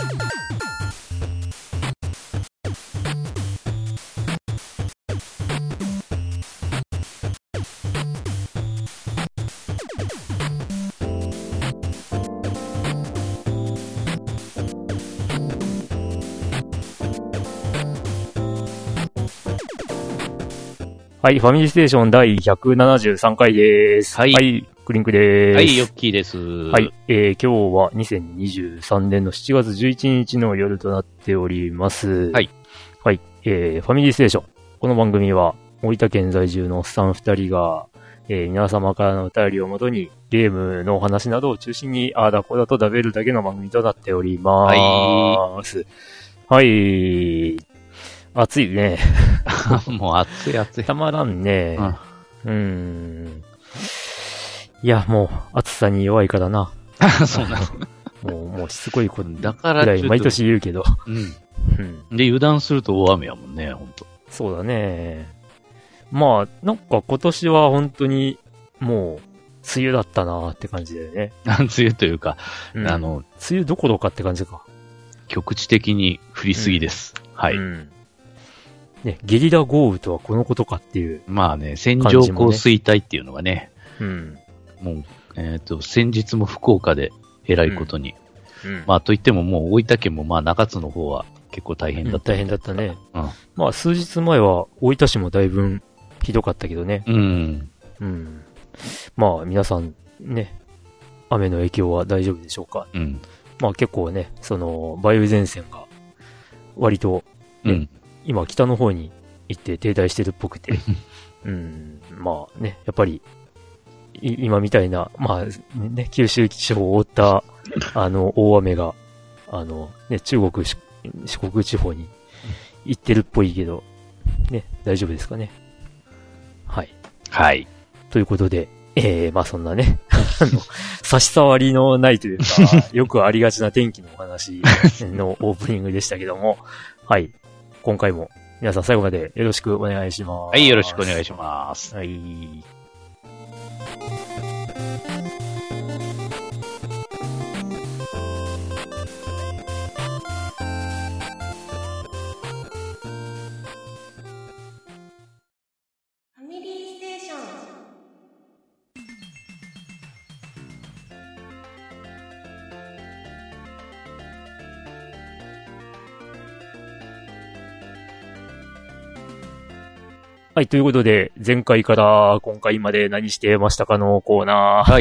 はい、ファミリーステーション第173回です。 はい。 はい、クリンクです。 はい、ヨッキーです。 はい、今日は2023年の7月11日の夜となっております。 はい。 はい、ファミリーステーション。この番組は、大分県在住のおっさん2人が、皆様からのお便りをもとに、ゲームのお話などを中心に、あーだこーだと食べるだけの番組となっております。はい。暑いね。 もう暑い暑い。 たまらんね。いや、もう暑さに弱いからな。 そうなの。もうしつこいことだからぐらい毎年言うけど。 で、油断すると大雨やもんね、ほんと。 そうだね。まあ、なんか今年は本当に、もう、梅雨だったなーって感じだよね。 梅雨というか、 梅雨どころかって感じか。 局地的に降りすぎです。はい。 ね、ゲリラ豪雨とはこのことかっていう、 まあね、線状降水帯っていうのがね、もう、先日も福岡で偉いことに、まあといってももう大分県もまあ中津の方は結構大変だった。 大変だったね。まあ数日前は大分市もだいぶひどかったけどね。まあ皆さんね、雨の影響は大丈夫でしょうか。まあ結構ね、その梅雨前線が割と、今北の方に行って停滞してるっぽくて、まあね、やっぱり、今みたいな、まあね、九州地方を覆った、大雨が、ね、中国、四国地方に行ってるっぽいけど、ね、大丈夫ですかね。はい。 はい。 ということで、まあそんなね、差し障りのないというか、よくありがちな天気のお話のオープニングでしたけども、はい。今回も皆さん最後までよろしくお願いします。 はい、よろしくお願いします。 はい。 ファミリーステーション。 はい、ということで、前回から今回まで何してましたかのコーナー。 はい。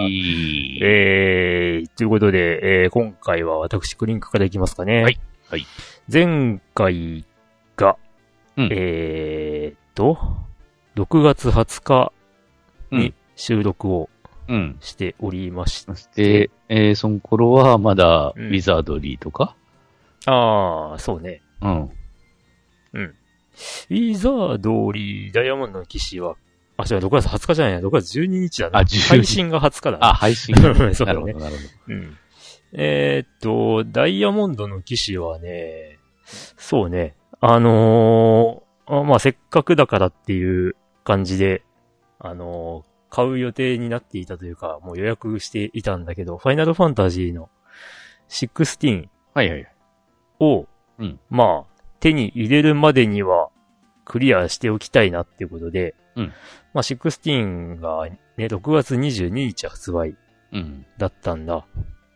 ということで、今回は私クリンクからいきますかね。 はい。はい。 前回が、6月20日に収録をしておりまして、 その頃はまだウィザードリーとか、 ああ、そうね。ウィザードリーダイヤモンドの騎士は、あ、違う、6月20日じゃないな、6月12日だな。配信が20日だな。 配信が。 そうだね。 なるほど、なるほど。ダイヤモンドの騎士はね、そうね、まあ、せっかくだからっていう感じで、買う予定になっていたというか、もう予約していたんだけど、ファイナルファンタジーの16を、まあ、手に入れるまでにはクリアしておきたいなっていうことで、まあ、16がね、6月22日発売だったんだ。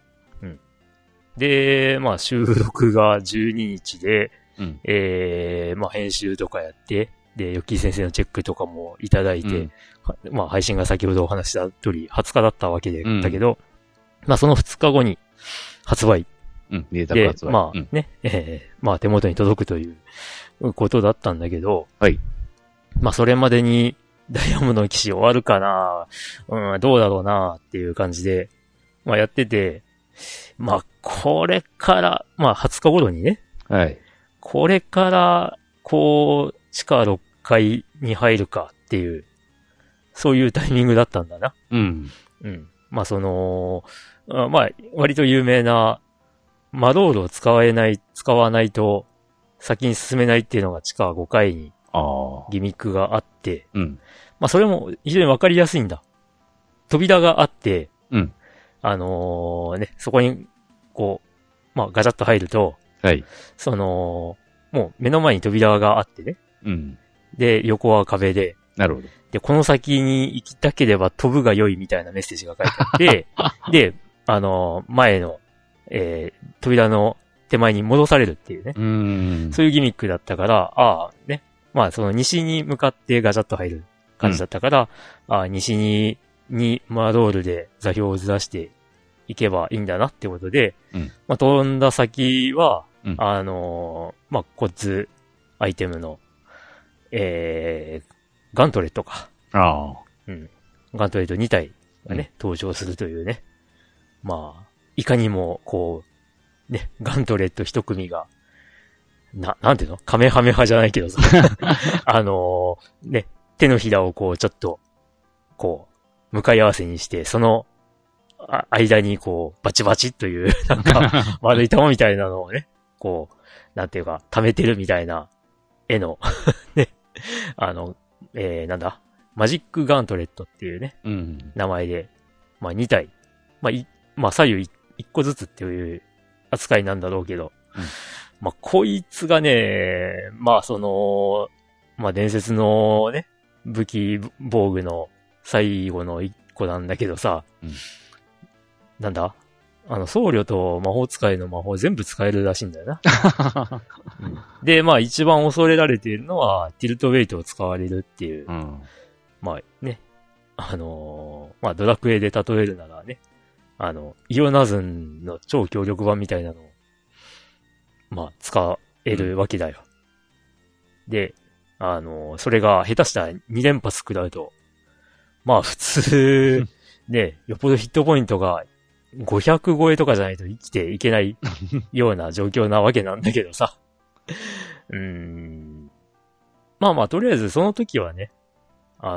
で、まあ、収録が12日で、まあ、編集とかやって、で、ヨッキー先生のチェックとかもいただいて、まあ、配信が先ほどお話した通り20日だったわけだけど、まあ、その2日後に発売。で、まあね、まあ手元に届くということだったんだけど、まあそれまでにダイヤモンドの騎士終わるかな、どうだろうなっていう感じで、まあやってて、まあこれから、まあ20日頃にね、これから、こう、地下6階に入るかっていう、そういうタイミングだったんだな。まあその、まあ割と有名な、魔導炉を使わないと先に進めないっていうのが地下5階にギミックがあって、まあそれも非常にわかりやすいんだ。扉があって、ね、そこにこうまあ、ガチャッと入ると、 はい。 もう目の前に扉があってね。 うん。 で、横は壁で。 なるほど。 で、この先に行きたければ飛ぶが良いみたいなメッセージが書いてあって、で、前の、扉の手前に戻されるっていうね。そういうギミックだったから、ね。まあ、その西に向かってガチャッと入る感じだったから、西にマドールで座標をずらしていけばいいんだなってことで、まあ、飛んだ先は、まあ、コッズアイテムの、ガントレットか。ガントレット2体がね、登場するというね。まあ、いかにも、こう、ね、ガントレット一組が、なんていうのカメハメ派じゃないけどさ。ね、手のひらをこう、ちょっと、こう、向かい合わせにして、その、間にこう、バチバチという、なんか、丸い玉みたいなのをね、こう、なんていうか、溜めてるみたいな絵の、ね、なんだ、マジックガントレットっていうね、名前で、まあ2体、まあ左右1個ずつっていう扱いなんだろうけど、まあこいつがね、まあまあ伝説のね、武器防具の最後の1個なんだけどさ、なんだ僧侶と魔法使いの魔法全部使えるらしいんだよな。で、まあ一番恐れられているのは、ティルトウェイトを使われるっていう。まあね、まあドラクエで例えるならね、イオナズンの超強力版みたいなのを、まあ使えるわけだよ。で、それが下手したら2連発食らうと、まあ普通、ね、よっぽどヒットポイントが500超えとかじゃないと生きていけないような状況なわけなんだけどさ。まあまあ、とりあえずその時はね、ま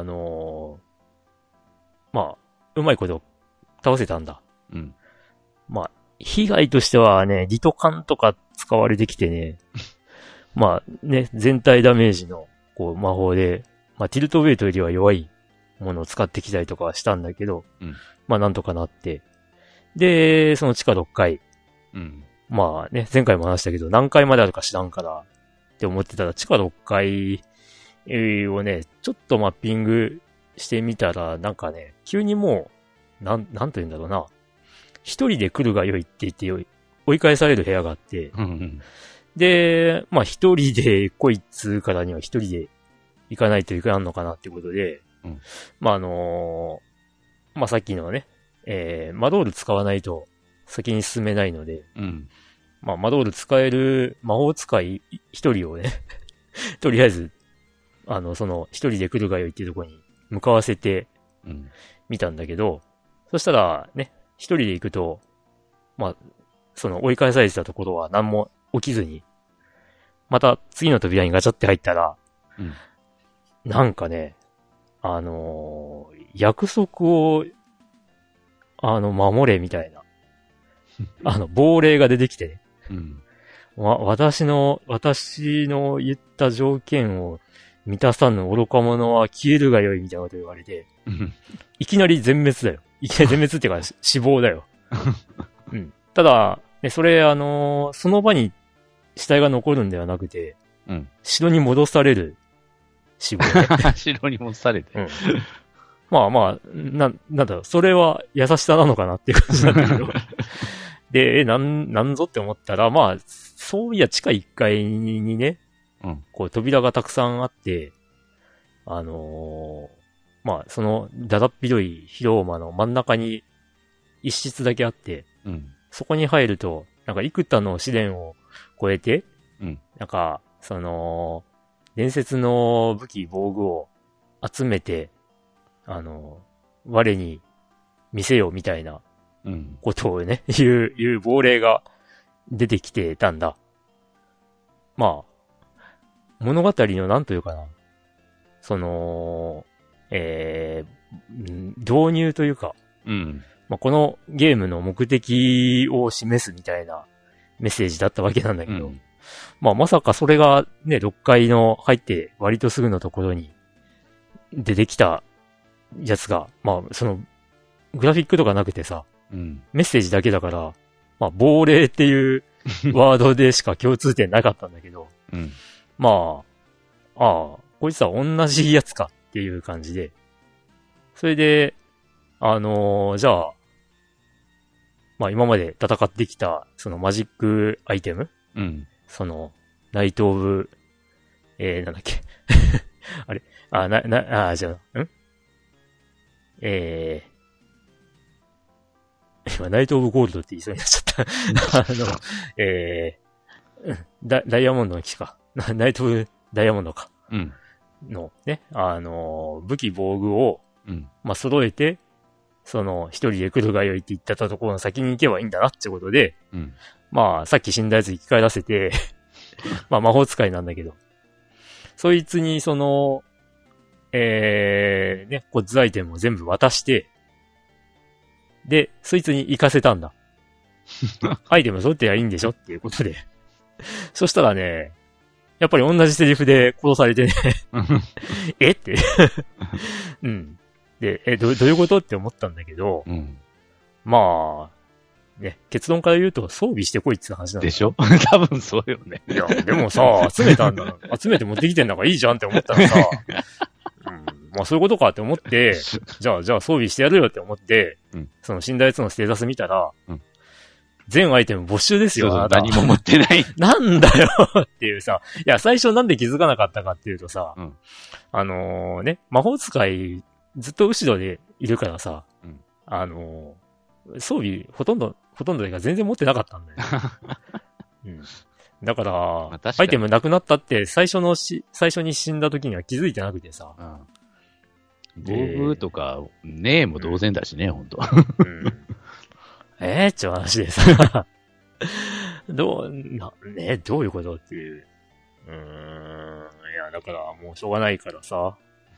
あ、うまいこと倒せたんだ。まあ、被害としてはね、リトカンとか使われてきてね、まあね、全体ダメージのこう魔法で、まあティルトウェイトよりは弱いものを使ってきたりとかはしたんだけど、まあなんとかなって、で、その地下6階。まあね、前回も話したけど、何階まであるか知らんから、って思ってたら、地下6階をね、ちょっとマッピングしてみたら、なんかね、急にもう、なんと言うんだろうな。一人で来るが良いって言って追い返される部屋があって、で、まあ一人で来いっつうからには一人で行かないといかんのかなってことで、まあまあさっきのね、マドール使わないと先に進めないので、まあマドール使える魔法使い一人をね、とりあえず、その一人で来るがよいっていうところに向かわせてみたんだけど、そしたらね、一人で行くと、まあ、その追い返されてたところは何も起きずに、また次の扉にガチャって入ったら、なんかね、約束を守れみたいな。亡霊が出てきてね。私の言った条件を満たさぬ愚か者は消えるがよいみたいなこと言われて、いきなり全滅だよ。いきなり全滅っていうか死亡だよ。ただ、ね、それその場に死体が残るんではなくて、城に戻される死亡ね。 城に戻されて。 まあまあ、なんだろう、それは優しさなのかなっていう感じなんだけど。で、なんぞって思ったら、まあ、そういや地下1階にね、こう扉がたくさんあって、まあ、その、だだっ広い広間の真ん中に一室だけあって、そこに入ると、なんか幾多の試練を超えて、なんか、伝説の武器、防具を集めて、我に見せよみたいなことをね、言う亡霊が出てきてたんだ。まあ、物語のなんというかな、導入というか、まあ、このゲームの目的を示すみたいなメッセージだったわけなんだけど、まあまさかそれがね、6階の入って割とすぐのところに出てきたやつが、まあグラフィックとかなくてさ、メッセージだけだから、まあ亡霊っていうワードでしか共通点なかったんだけど、 うん。 まあ、こいつは同じやつかっていう感じで、それで、じゃあ、まあ今まで戦ってきた、そのマジックアイテム、 うん。 その、ナイトオブ、なんだっけ。あれじゃあ、今、ナイトオブゴールドって言いそうになっちゃった。ダイヤモンドの騎士か。ナイトオブダイヤモンドか。 うん。 の、ね、武器防具を、 うん。 まあ、揃えて、その、一人で来るがよいって言ってたところの先に行けばいいんだなってことで、 うん。 まあ、さっき死んだやつ生き返らせて、まあ、魔法使いなんだけど、そいつに、その、ね、コッズアイテムを全部渡して、で、そいつに行かせたんだ。アイテム揃ってりゃいいんでしょっていうことで。そしたらね、やっぱり同じセリフで殺されてねえってうん。で、どういうことって思ったんだけど、 うん、 まあ、ね、結論から言うと装備してこいって話なんだ。 でしょ多分そうよね。 いや、でもさ、集めたんだ。集めて持ってきてんだからいいじゃんって思ったらさ、まあそういうことかって思って、じゃあ装備してやるよって思って、 うん、 その死んだやつのステータス見たら、全アイテム没収ですよ。 そう何も持ってない。 なんだよっていうさ、いや、最初なんで気づかなかったかっていうとさ、ね、魔法使いずっと後ろでいるからさ、装備ほとんどでか全然持ってなかったんだよ、だから、アイテムなくなったって最初に死んだ時には気づいてなくてさ。 防具とか、ねえも同然だしね、ほんと。 っていう話でさ。どういうことっていう。いや、だからもうしょうがないからさ。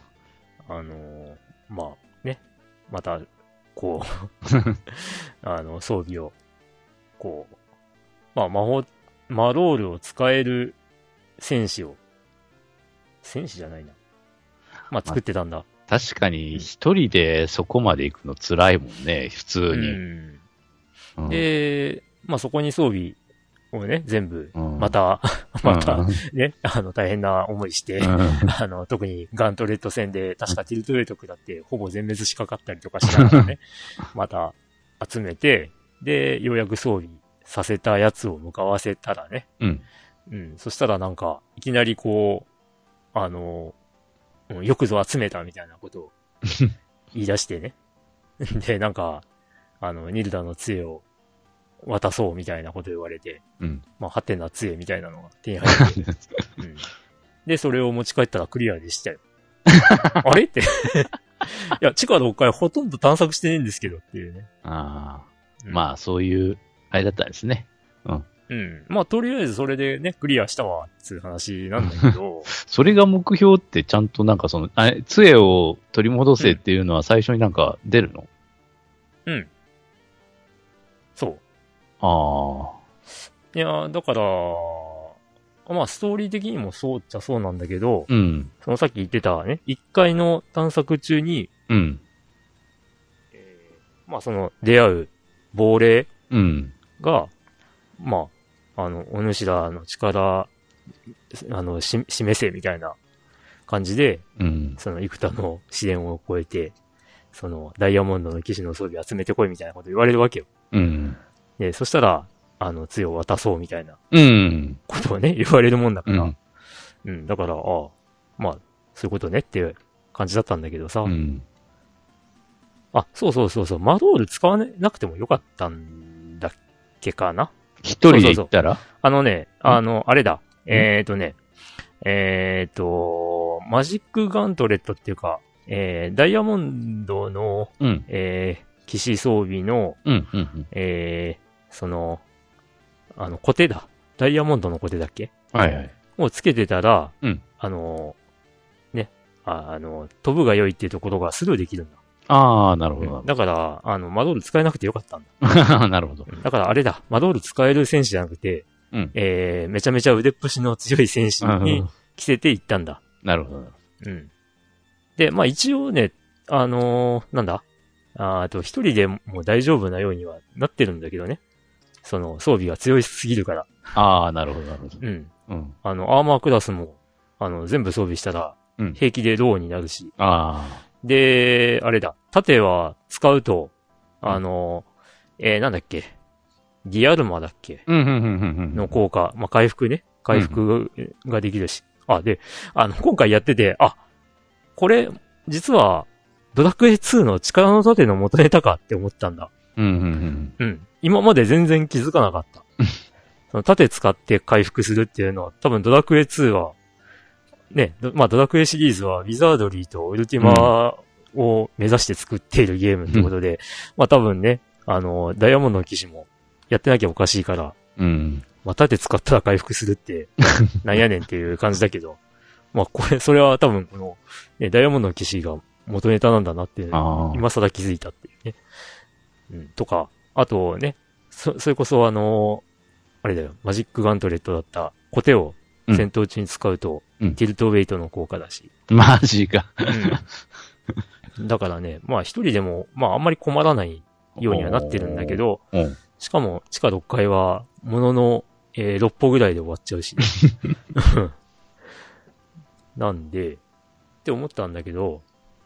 まあ、ね。また、こう、装備を、こう、まあマロールを使える戦士じゃないな。まあ作ってたんだ。 確かに一人でそこまで行くの辛いもんね、普通に。 で、まあそこに装備をね、全部、またね、大変な思いして、特にガントレット戦で、確かティルトレートクだってほぼ全滅しかかったりとかしながらね、また集めて、で、ようやく装備させたやつを向かわせたらね、そしたらなんか、いきなりこう、よくぞ集めたみたいなことを言い出してね。で、なんか、ニルダの杖を渡そうみたいなこと言われて、まあ、ハテナ杖みたいなのが手に入って、で、それを持ち帰ったらクリアでしたよ。あれって。いや、地下6階ほとんど探索してねえんですけどっていうね。 まあ、そういう、あれだったんですね。 まあ、とりあえずそれでね、クリアしたわ、っていう話なんだけど。 それが目標ってちゃんとなんかその、杖を取り戻せっていうのは最初になんか出るの？ そう。いや、だから、まあ、ストーリー的にもそうっちゃそうなんだけど、そのさっき言ってたね、1階の探索中に、まあ、その、出会う亡霊が、まあ、お主らの力、示せみたいな感じで、その幾多の試練を超えて、その、ダイヤモンドの騎士の装備集めてこいみたいなこと言われるわけよ。で、そしたら、杖を渡そうみたいな、ことをね、言われるもんだから、だから、まあ、そういうことねっていう感じだったんだけどさ、そう、マドール使わなくてもよかったんだっけかな？ 一人で行ったら？ あれだ。マジックガントレットっていうか、ダイヤモンドの、騎士装備の、その、コテだ。ダイヤモンドのコテだっけ？をつけてたら、ね、飛ぶが良いっていうところがスルーできるんだ。 なるほど。 だから、マドール使えなくてよかったんだ。なるほど。 だからあれだ、マドール使える戦士じゃなくて、めちゃめちゃ腕っぷしの強い戦士に着せていったんだ。 なるほど。 で、まあ一応ね、なんだ一人でも大丈夫なようにはなってるんだけどね。 その装備が強すぎるから。 ああ、なるほど、なるほど。 うん。うん。アーマークラスも、全部装備したら、平気でローになるし。 ああ。 で、あれだ。盾は使うと、なんだっけ。ギアルマだっけの効果。まあ、回復ね。回復ができるし。で、今回やってて、これ、実は、ドラクエ2の力の盾の元ネタかって思ったんだ。うん。今まで全然気づかなかった。その盾使って回復するっていうのは、多分ドラクエ2は、ね、まあドラクエシリーズはウィザードリーとウルティマを目指して作っているゲームってことで、まあ多分ね、ダイヤモンドの騎士もやってなきゃおかしいから、まあ盾使ったら回復するって、なんやねんっていう感じだけど、まあそれは多分この、ね、ダイヤモンドの騎士が元ネタなんだなって、今更気づいたっていうね。とか、あとね、それこそあれだよ、マジックガントレットだったコテを戦闘中に使うと、ティルトウェイトの効果だし。 マジか。 だからね、まあ一人でも、まああんまり困らないようにはなってるんだけど、しかも地下6階は、ものの、6歩ぐらいで終わっちゃうし、ね。なんで、って思ったんだけど、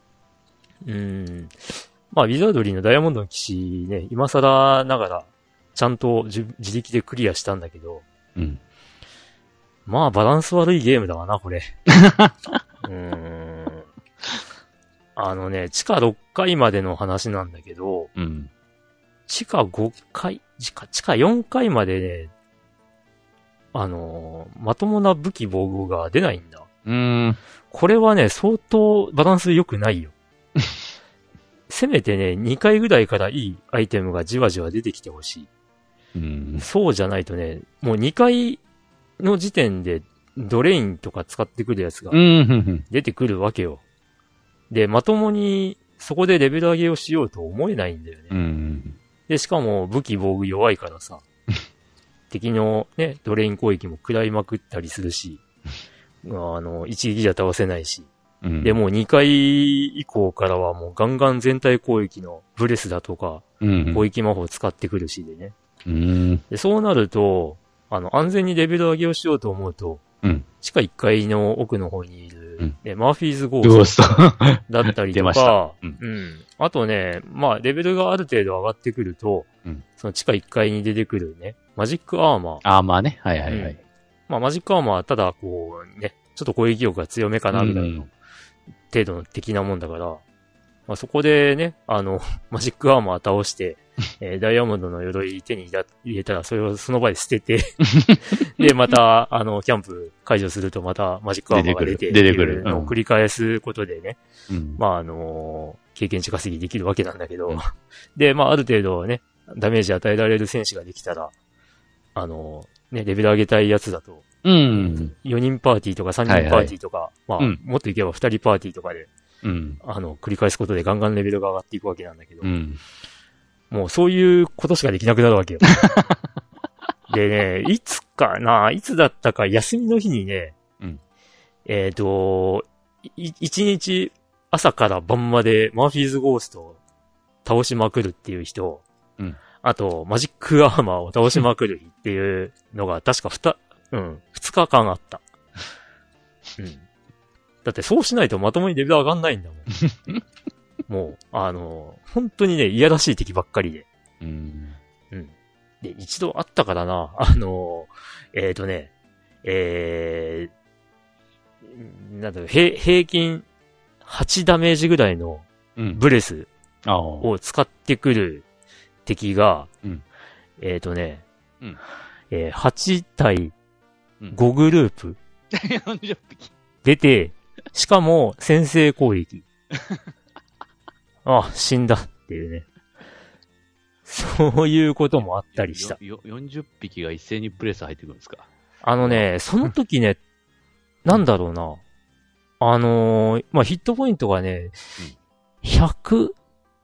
まあウィザードリーのダイヤモンドの騎士ね、今更ながら、ちゃんと自力でクリアしたんだけど、まあバランス悪いゲームだわな、これ。地下6階までの話なんだけど、地下5階、地下4階までね、まともな武器防具が出ないんだ。これはね、相当バランス良くないよ。せめてね、2階ぐらいからいいアイテムがじわじわ出てきてほしい。そうじゃないとね、もう2階の時点でドレインとか使ってくるやつが出てくるわけよ。で、まともにそこでレベル上げをしようと思えないんだよね。で、しかも武器防具弱いからさ、敵のね、ドレイン攻撃も食らいまくったりするし、一撃じゃ倒せないし、で、もう2回以降からはもうガンガン全体攻撃のブレスだとか、攻撃魔法使ってくるしでね。でそうなると、安全にレベル上げをしようと思うと、地下1階の奥の方にいる、マーフィーズゴーストだったりとか、あとね、まあ、レベルがある程度上がってくると、その地下1階に出てくるね、マジックアーマー。 アーマーね。はいはいはい。 まあ、マジックアーマーはただ、こう、ね、ちょっと攻撃力が強めかな、ぐらいの程度の敵なもんだから、まあ、そこでね、マジックアーマー倒して、ダイヤモンドの鎧手に入れたら、それをその場で捨てて、で、また、キャンプ解除するとまたマジックアーマーが出てくるのを繰り返すことでね、まあ、経験値稼ぎできるわけなんだけど、で、まあ、ある程度ね、ダメージ与えられる戦士ができたら、ね、レベル上げたいやつだと、4人パーティーとか3人パーティーとか、まあ、もっといけば2人パーティーとかで、繰り返すことでガンガンレベルが上がっていくわけなんだけど、もうそういうことしかできなくなるわけよ。でね、いつだったか休みの日にね、一日朝から晩までマーフィーズゴーストを倒しまくるっていう人、あとマジックアーマーを倒しまくるっていうのが確か2日間あった。だってそうしないとまともにレベル上がんないんだもん。もう、本当にね、いやらしい敵ばっかりで。で、一度あったからな、なんだろう、平均8ダメージぐらいのブレスを使ってくる敵が、8対5グループ出て、しかも先制攻撃。死んだっていうね。そういうこともあったりした。 40匹が一斉にブレス入ってくるんですか？ その時ね、なんだろうな。まあ、ヒットポイントがね、130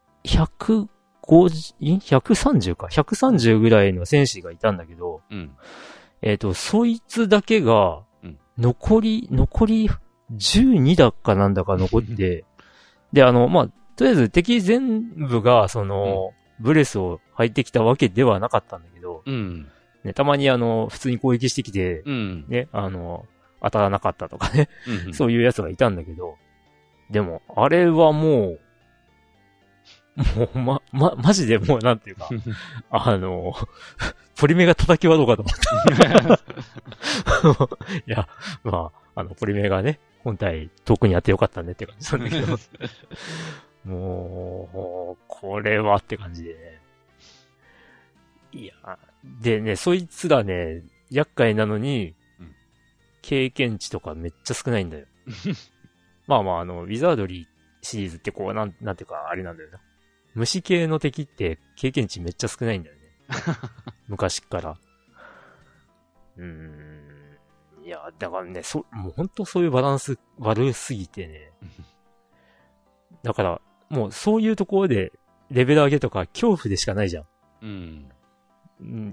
か ?130 ぐらいの戦士がいたんだけど、そいつだけが、残り12だかなんだか残って、で、まあ、とりあえず敵全部が、 ブレスを履いてきたわけではなかったんだけど、 うん。 ね、たまに普通に攻撃してきて、 うん。 ね、当たらなかったとかね、 うん、 そういうやつがいたんだけど、でも、あれはもう、マジでもうなんていうか、ポリメが叩き割ろうかと思った。いや、まあ、ポリメがね、本体遠くにやってよかったねって感じなんだけど、もう、これはって感じでね。いや、でね、そいつらね、厄介なのに、経験値とかめっちゃ少ないんだよ。まあまあ、ウィザードリーシリーズってこう、なんていうか、あれなんだよな。虫系の敵って経験値めっちゃ少ないんだよね。昔から。いや、だからね、もう本当そういうバランス悪すぎてね。だから、もうそういうところでレベル上げとか恐怖でしかないじゃん。 うん。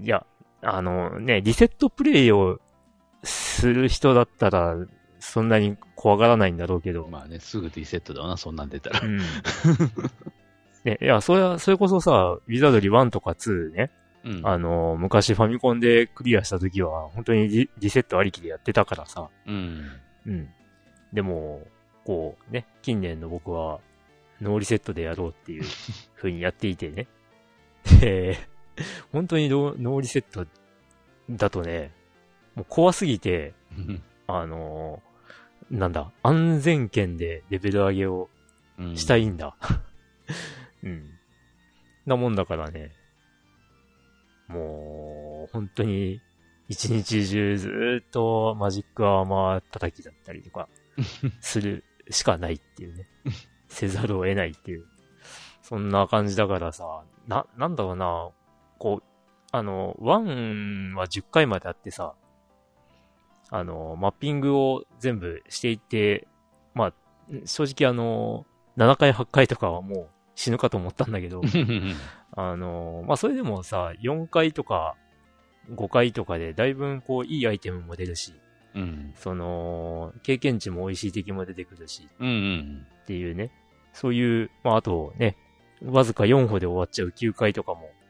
いや、リセットプレイをする人だったら、そんなに怖がらないんだろうけど。 まあね、すぐリセットだわな、そんなん出たら。 ね、いや、それこそさ、ウィザードリー1とか2ね。うん、昔ファミコンでクリアした時は、本当にリセットありきでやってたからさ。 うん。 うん。でも、こうね、近年の僕は、ノーリセットでやろうっていう風にやっていてね。本当にノーリセットだとね、もう怖すぎて、なんだ、安全圏でレベル上げをしたいんだ。うん。なもんだからね、もう、本当に、一日中ずーっとマジックアーマー叩きだったりとか、するしかないっていうね。せざるを得ないっていう。そんな感じだからさ、なんだろうな、こう、1は10回まであってさ、マッピングを全部していって、まあ、正直7回8回とかはもう死ぬかと思ったんだけど、まあ、それでもさ、4回とか5回とかでだいぶこういいアイテムも出るし、 うん、 経験値も美味しい敵も出てくるし、 うんうん、 っていうね、そういう、まあ、あとね、わずか4歩で終わっちゃう9回とかも、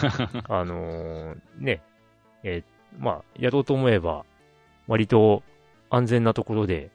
ね、まあ、やろうと思えば、割と安全なところで、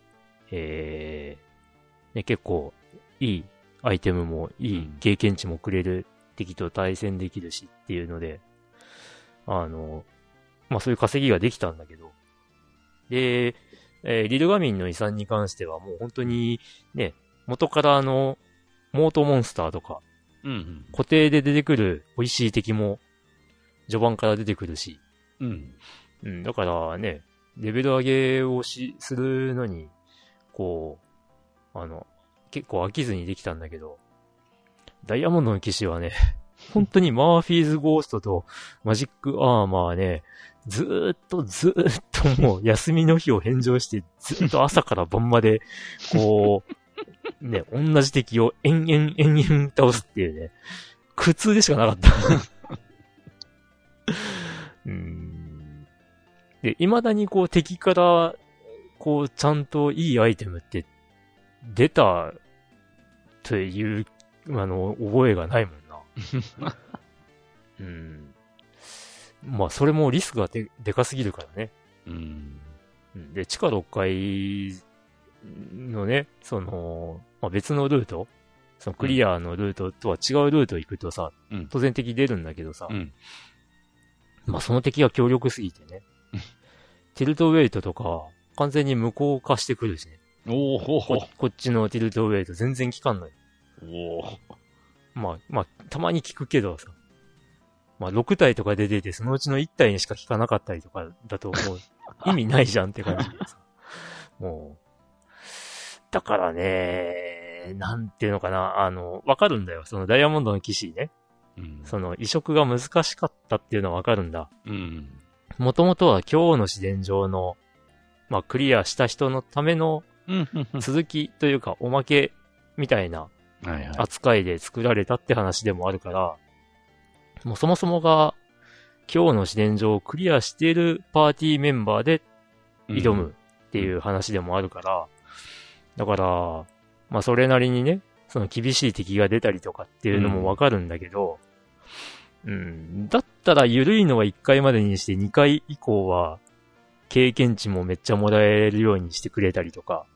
ね、結構いいアイテムもいい経験値もくれる敵と対戦できるしっていうので、まあそういう稼ぎができたんだけど、で、リルガミンの遺産に関してはもう本当にね、元からモートモンスターとか、 うんうん、 固定で出てくる美味しい敵も序盤から出てくるし、 うん。 うん、だからね、レベル上げをするのに、こう、結構飽きずにできたんだけど、ダイヤモンドの騎士はね、本当にマーフィーズゴーストとマジックアーマーね、ずーっともう休みの日を返上して、ずーっと朝から晩まで、こう、ね、同じ敵を延々倒すっていうね、苦痛でしかなかった。で、未だにこう敵から、こうちゃんといいアイテムって出たという、覚えがないもんな。まあ、それもリスクがでかすぎるからね。で、地下6階のね、まあ、別のルート、そのクリアのルートとは違うルート行くとさ、当然敵出るんだけどさ、まあ、その敵が強力すぎてね、ティルトウェイトとか、完全に無効化してくるしね。こっちのティルトウェイト全然効かんのよ。まあ、たまに効くけどさ。まあ、6体とか出てて、そのうちの1体にしか効かなかったりとかだともう、意味ないじゃんって感じでさ。もう。だからね、なんていうのかな、わかるんだよ。そのダイヤモンドの騎士ね。その移植が難しかったっていうのはわかるんだ。もともとは今日の自然上の、まあ、クリアした人のための続きというかおまけみたいな扱いで作られたって話でもあるから、もうそもそもが今日の自然上をクリアしているパーティーメンバーで挑むっていう話でもあるから、だから、まあそれなりにね、その厳しい敵が出たりとかっていうのもわかるんだけど、 うん。だったら緩いのは1回までにして2回以降は経験値もめっちゃもらえるようにしてくれたりとか、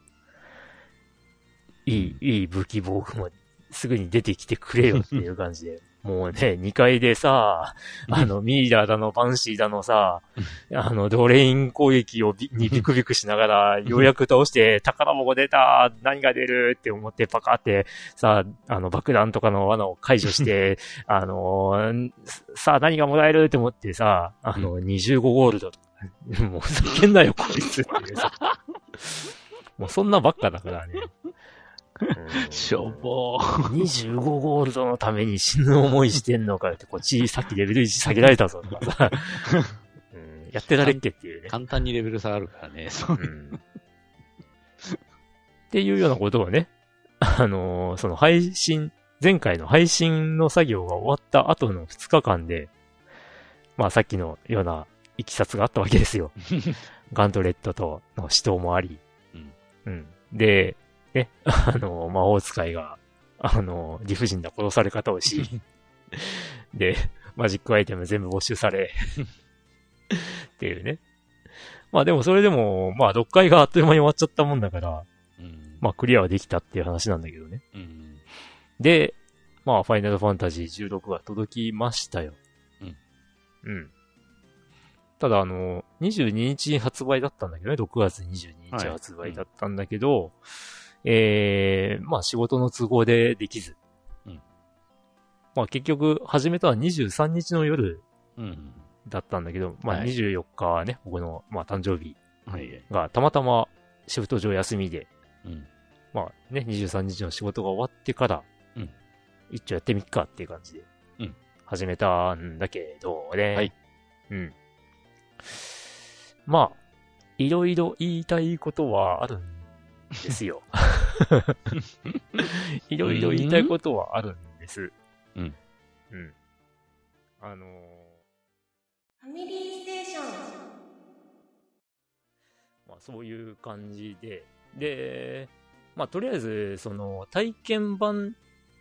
いい武器防具もすぐに出てきてくれよっていう感じで。もうね、2階でさ、ミイラだの、バンシーだのさ、ドレイン攻撃にビクビクしながら、ようやく倒して、宝箱出た何が出るって思ってパカってさ、爆弾とかの罠を解除して、さあ何がもらえるって思ってさ、25ゴールド。もうふざけんなよ、こいつっていうさ。もうそんなばっかだからね。 しょぼー。 25ゴールドのために死ぬ思いしてんのかよって、こっちさっきレベル1下げられたぞとかさ、やってられっけっていうね。 簡単にレベル下がるからね。 っていうようなことをね、その前回の配信の作業が終わった後の2日間で、まあさっきのような行きさつがあったわけですよ。ガントレットとの死闘もあり。で、ね、魔法使いが、理不尽な殺され方をし、で、マジックアイテム全部没収され、っていうね。まあでもそれでも、まあ6回があっという間に終わっちゃったもんだから、まあクリアはできたっていう話なんだけどね。で、まあファイナルファンタジー16が届きましたよ。ただ22日発売だったんだけどね、6月22日発売だったんだけど、まあ仕事の都合でできず。まあ結局始めたのは23日の夜だったんだけど、まあ24日はね、僕のまあ誕生日がたまたまシフト上休みで、まあね、23日の仕事が終わってから、一応やってみっかっていう感じで、始めたんだけどね。まあ、いろいろ言いたいことはあるんですよ。いろいろ言いたいことはあるんです。 ファミリーステーション。 まあそういう感じで、まあとりあえず、その体験版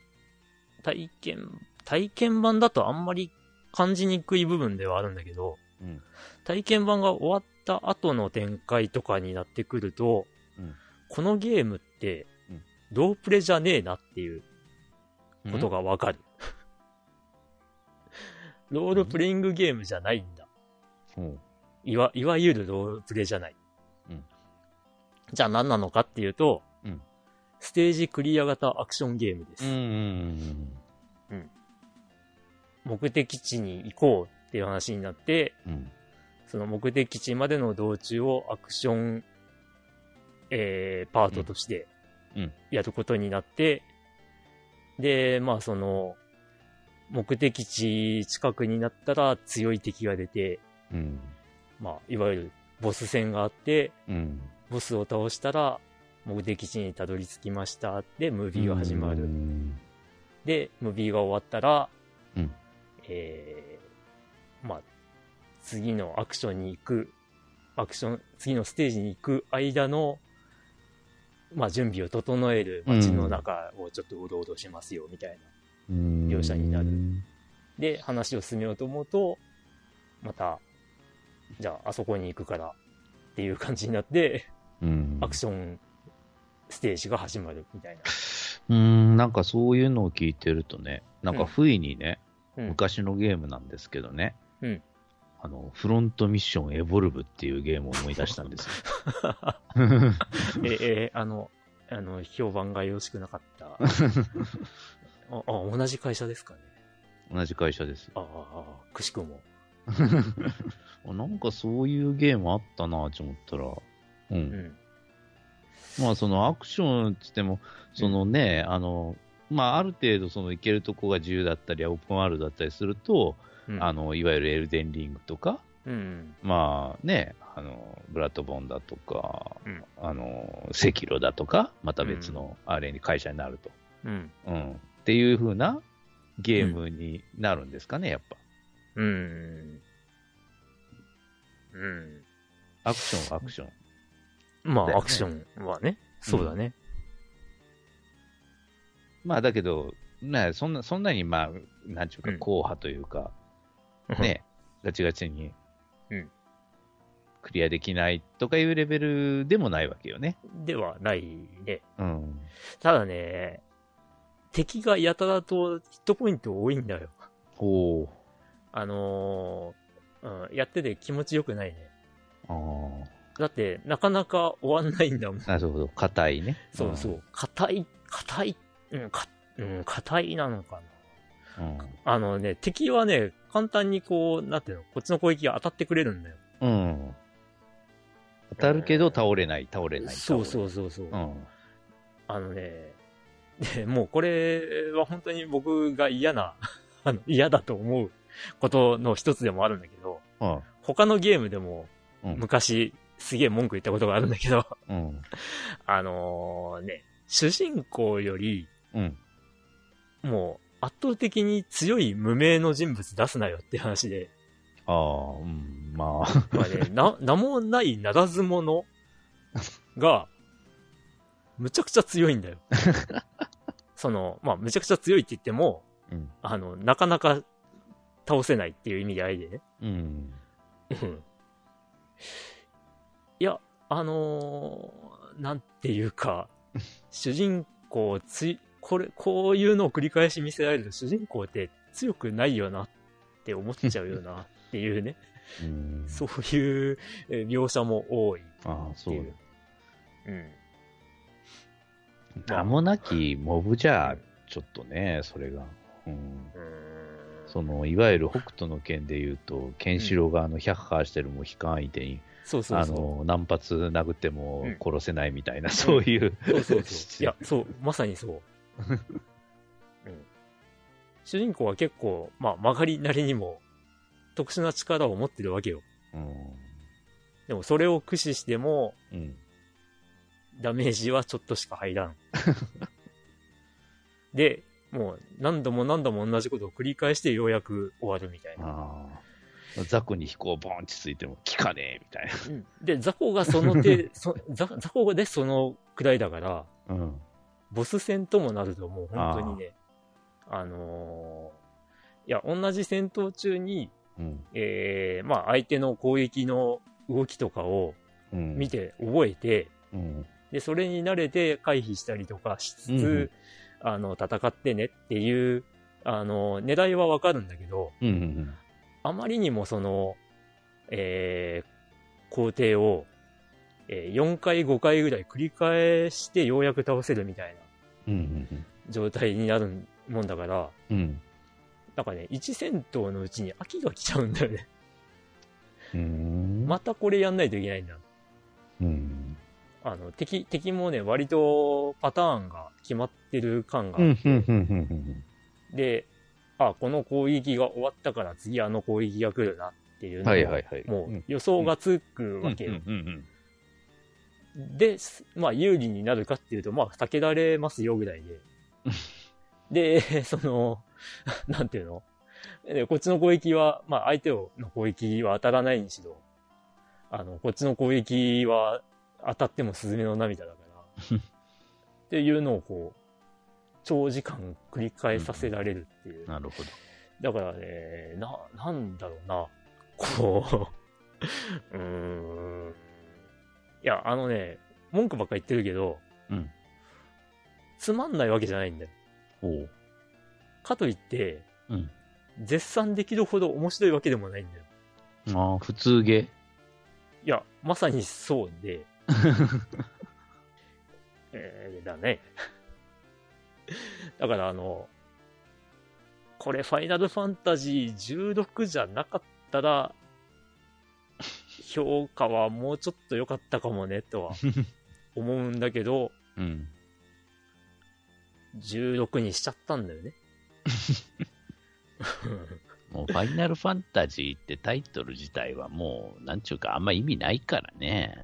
だとあんまり感じにくい部分ではあるんだけど、体験版が終わった後の展開とかになってくると、このゲームって、ロープレじゃねえなっていうことがわかる。ロールプレイングゲームじゃないんだ。いわゆるロールプレじゃない。じゃあ何なのかっていうと、ステージクリア型アクションゲームです。目的地に行こうっていう話になって、その目的地までの道中をアクション、パートとしてやることになって、で、まあその、目的地近くになったら強い敵が出て、まあいわゆるボス戦があって、ボスを倒したら目的地にたどり着きましたで、ムービーが始まる。で、ムービーが終わったら、まあ、次のアクションに行く、次のステージに行く間の、まあ、準備を整える街の中をちょっとうろうろしますよ、みたいな描写になる。で、話を進めようと思うと、また、じゃあ、あそこに行くからっていう感じになって、アクションステージが始まるみたいな。 なんかそういうのを聞いてるとね、なんか不意にね、昔のゲームなんですけどね、フロントミッションエボルブっていうゲームを思い出したんですよ。評判がよろしくなかった。同じ会社ですかね。 同じ会社です。 くしくも。 なんかそういうゲームあったなぁと思ったら、まあそのアクションって言っても、そのね、まあある程度その行けるとこが自由だったり、オープンワールドだったりすると、いわゆるエルデンリングとか、まあね、ブラッドボンだとか、セキロだとか、また別のあれに会社になると。っていう風なゲームになるんですかね、やっぱ。アクション。 まあ、アクションはね。そうだね。 まあ、だけど、 そんなにまあ、なんちゅうか、硬派というか、ね、ガチガチに、クリアできないとかいうレベルでもないわけよね。 ではないね。ただね、敵がやたらとヒットポイント多いんだよ。やってて気持ちよくないね。だって、なかなか終わんないんだもん。 なるほど。硬いね。 そうそう。硬いなのかな。敵はね、簡単にこう、なんていうの、こっちの攻撃が当たってくれるんだよ。 当たるけど倒れない。 そう。もうこれは本当に僕が嫌だと思うことの一つでもあるんだけど、他のゲームでも、昔、すげえ文句言ったことがあるんだけど、主人公より、もう圧倒的に強い無名の人物出すなよって話で。 まあね、名もないならず者が、むちゃくちゃ強いんだよ。むちゃくちゃ強いって言っても、なかなか倒せないっていう意味合いでね。いや、なんていうか、主人公こういうのを繰り返し見せられる主人公って強くないよなって思っちゃうよなっていうね。そういう描写も多い。 そう。名もなきモブじゃ、ちょっとね、それが。いわゆる北斗の拳で言うと、ケンシロウがヒャッハーしてるも引かん相手に、何発殴っても殺せないみたいな、そういう。 いや、そう、まさにそう。主人公は結構、曲がりなりにも特殊な力を持ってるわけよ。でもそれを駆使しても、ダメージはちょっとしか入らん。で、もう何度も同じことを繰り返してようやく終わるみたいな。 雑魚に飛行ボンってついても効かねえみたいな。 で、雑魚が雑魚でそのくらいだから、ボス戦ともなるともう本当にね、いや、同じ戦闘中に、相手の攻撃の動きとかを見て覚えて、で、それに慣れて回避したりとかしつつ、戦ってねっていう、狙いはわかるんだけど、あまりにも工程を、4回5回ぐらい繰り返してようやく倒せるみたいな状態になるもんだから、なんかね、1戦闘のうちに飽きが来ちゃうんだよね。またこれやんないといけないんだ。敵もね、割とパターンが決まってる感があって、で、この攻撃が終わったから次攻撃が来るなっていうのを、もう予想がつくわけよ。で、有利になるかっていうと、避けられますよぐらいで。で、なんていうの？こっちの攻撃は、相手の攻撃は当たらないにしろ、こっちの攻撃は当たってもスズメの涙だから、っていうのをこう、長時間繰り返させられるっていう。 なるほど。 だからね、なんだろうな、こう、いや、文句ばっか言ってるけど、つまんないわけじゃないんだよ。かといって、絶賛できるほど面白いわけでもないんだよ。 普通ゲー？ いや、まさにそうで。だね。だからこれファイナルファンタジー16じゃなかったら、評価はもうちょっと良かったかもね、とは思うんだけど、16にしちゃったんだよね。 もうファイナルファンタジーってタイトル自体はもう、なんちゅうかあんま意味ないからね。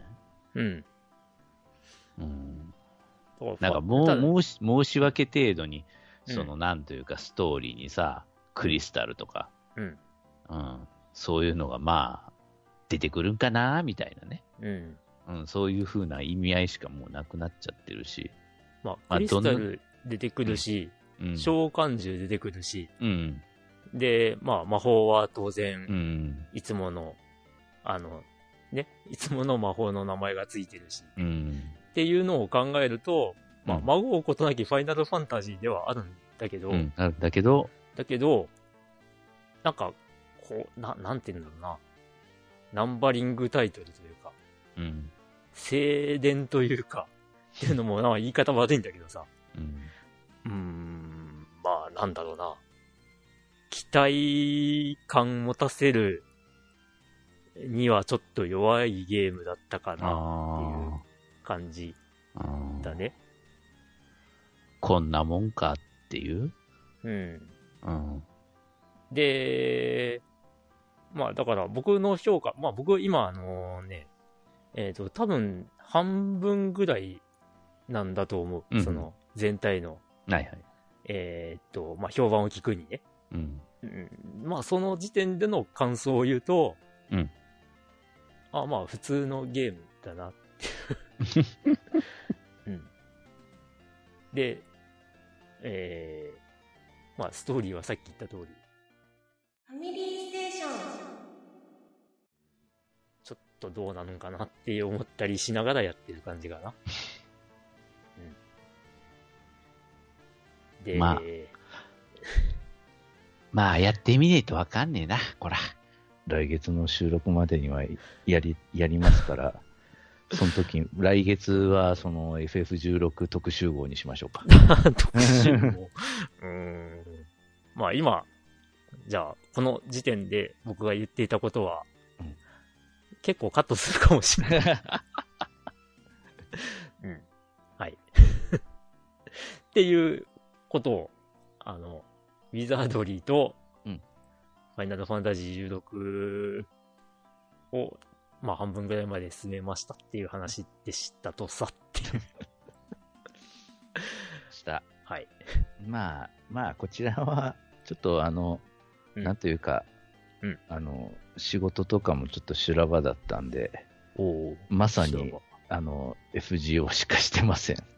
なんか申し訳程度に、なんというかストーリーにさ、クリスタルとか、そういうのが出てくるんかなみたいなね。そういう風な意味合いしかもうなくなっちゃってるし。 クリスタル出てくるし、 召喚獣出てくるし、で、まあ、魔法は当然、いつもの、いつもの魔法の名前がついてるし、っていうのを考えると、まあ、孫うことなきファイナルファンタジーではあるんだけど、 だけど、 なんか、こう、なんて言うんだろうな、ナンバリングタイトルというか、静電というか、っていうのも、なんか言い方悪いんだけどさ、まあ、なんだろうな、期待感持たせるにはちょっと弱いゲームだったかなっていう感じだね。 こんなもんかっていう。 で、まあだから僕の評価、まあ僕今多分半分ぐらいなんだと思う。その全体の。まあ評判を聞くにね。まあその時点での感想を言うと、まあ普通のゲームだなっていう。で、まあストーリーはさっき言った通り。 ファミリーステーション。 ちょっとどうなのかなって思ったりしながらやってる感じかな。で、 まあやってみねえとわかんねえな、こら。来月の収録までにはやりますから、その時、来月はその FF16 特集号にしましょうか。 特集号まあ今、じゃあ、この時点で僕が言っていたことは、結構カットするかもしれない。はい。っていうことを、ウィザードリーと、ファイナルファンタジー16を、まあ半分ぐらいまで進めましたっていう話でしたとさっていう。 した。 はい。 まあ、こちらは、ちょっとなんというか、仕事とかもちょっと修羅場だったんで、まさに、FGO しかしてません。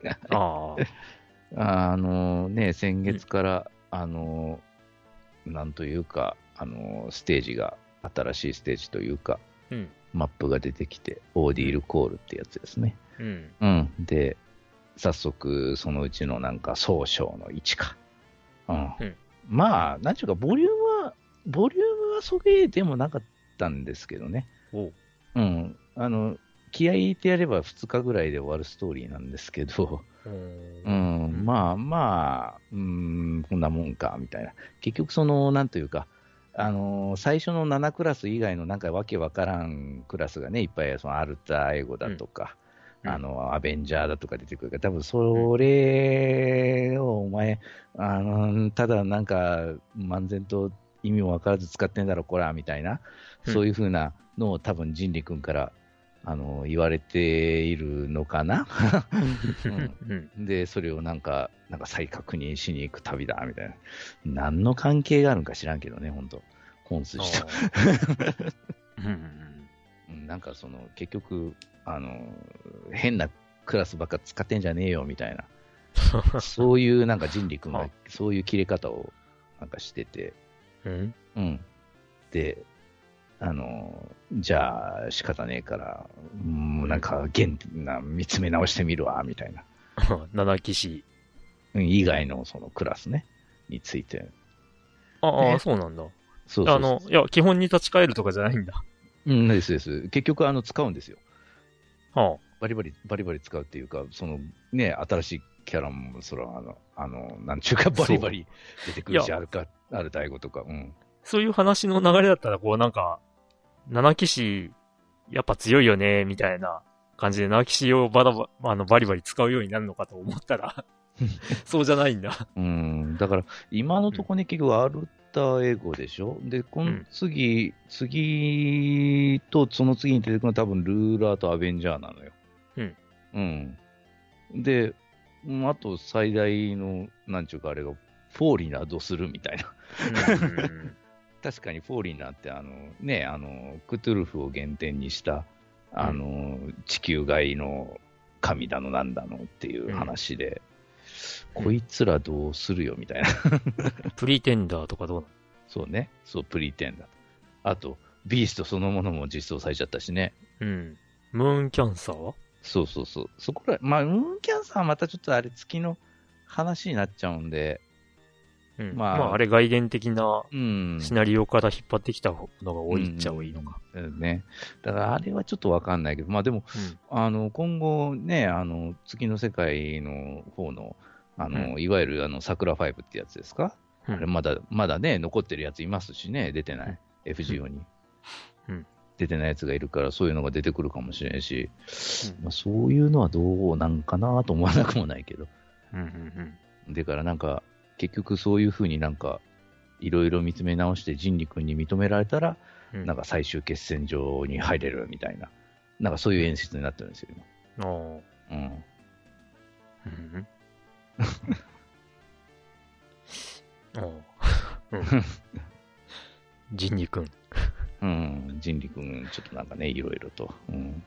先月から、なんというか、ステージが、新しいステージというか、マップが出てきて、オーディールコールってやつですね。で、早速、そのうちのなんか、総称の1か。まあ、なんちゅうか、ボリュームはそげでもなかったんですけどね。気合い入れてやれば2日ぐらいで終わるストーリーなんですけど、まあ、こんなもんか、みたいな。結局、なんというか、最初の7クラス以外のなんかわけわからんクラスがね、いっぱい、アルタエゴだとか、アベンジャーだとか出てくるから、多分それをお前、ただなんか、漫然と意味もわからず使ってんだろ、こら、みたいな、そういうふうなのを多分、人力君から、言われているのかな、で、それをなんか再確認しに行く旅だ、みたいな。何の関係があるんか知らんけどね、ほんと。本筋と。なんか結局、変なクラスばっか使ってんじゃねえよ、みたいな。そういうなんか人力が、そういう切れ方をなんかしてて。で、じゃあ仕方ねえから、なんか見つめ直してみるわ、みたいな。 七騎士。 以外のそのクラスね、について。 そうなんだ。いや、基本に立ち返るとかじゃないんだ。 です。結局、使うんですよ。バリバリ使うっていうか、新しいキャラも、なんちゅうか、バリバリ出てくるし、ある大悟とか、 そういう話の流れだったら、なんか、七騎士、やっぱ強いよね、みたいな感じで、七騎士をバリバリ使うようになるのかと思ったら、そうじゃないんだ。 だから、今のところね、結局、アルタエゴでしょ。で、この次と、その次に出てくるのは多分、ルーラーとアベンジャーなのよ。で、あと最大の、なんちゅうかあれが、フォーリナーどうするみたいな。確かにフォーリナーってクトゥルフを原点にした、地球外の神だのなんだのっていう話で、 こいつらどうするよ、みたいな。 プリテンダーとかどうなの？ そうね。そう、プリテンダー。あと、ビーストそのものも実装されちゃったしね。 うん。ムーンキャンサーは？ そうそうそう。そこら、まあ、ムーンキャンサーはまたちょっとあれ、月の話になっちゃうんで、 うん。まあ、あれ外伝的なうん。 シナリオから引っ張ってきたのが多いっちゃ多いのか。 ね。だからあれはちょっとわかんないけど、まあでも、今後ね、月の世界の方の、いわゆる桜5ってやつですか？あれまだね、残ってるやついますしね、出てない。FGO に。出てないやつがいるから、そういうのが出てくるかもしれんし、まあ、そういうのはどうなんかなと思わなくもないけど。だからなんか、結局そういうふうになんか、いろいろ見つめ直して人力君に認められたら、なんか最終決戦場に入れるみたいな、なんかそういう演出になってるんですよ、今。 人力君。 人力君、ちょっとなんかね、いろいろと。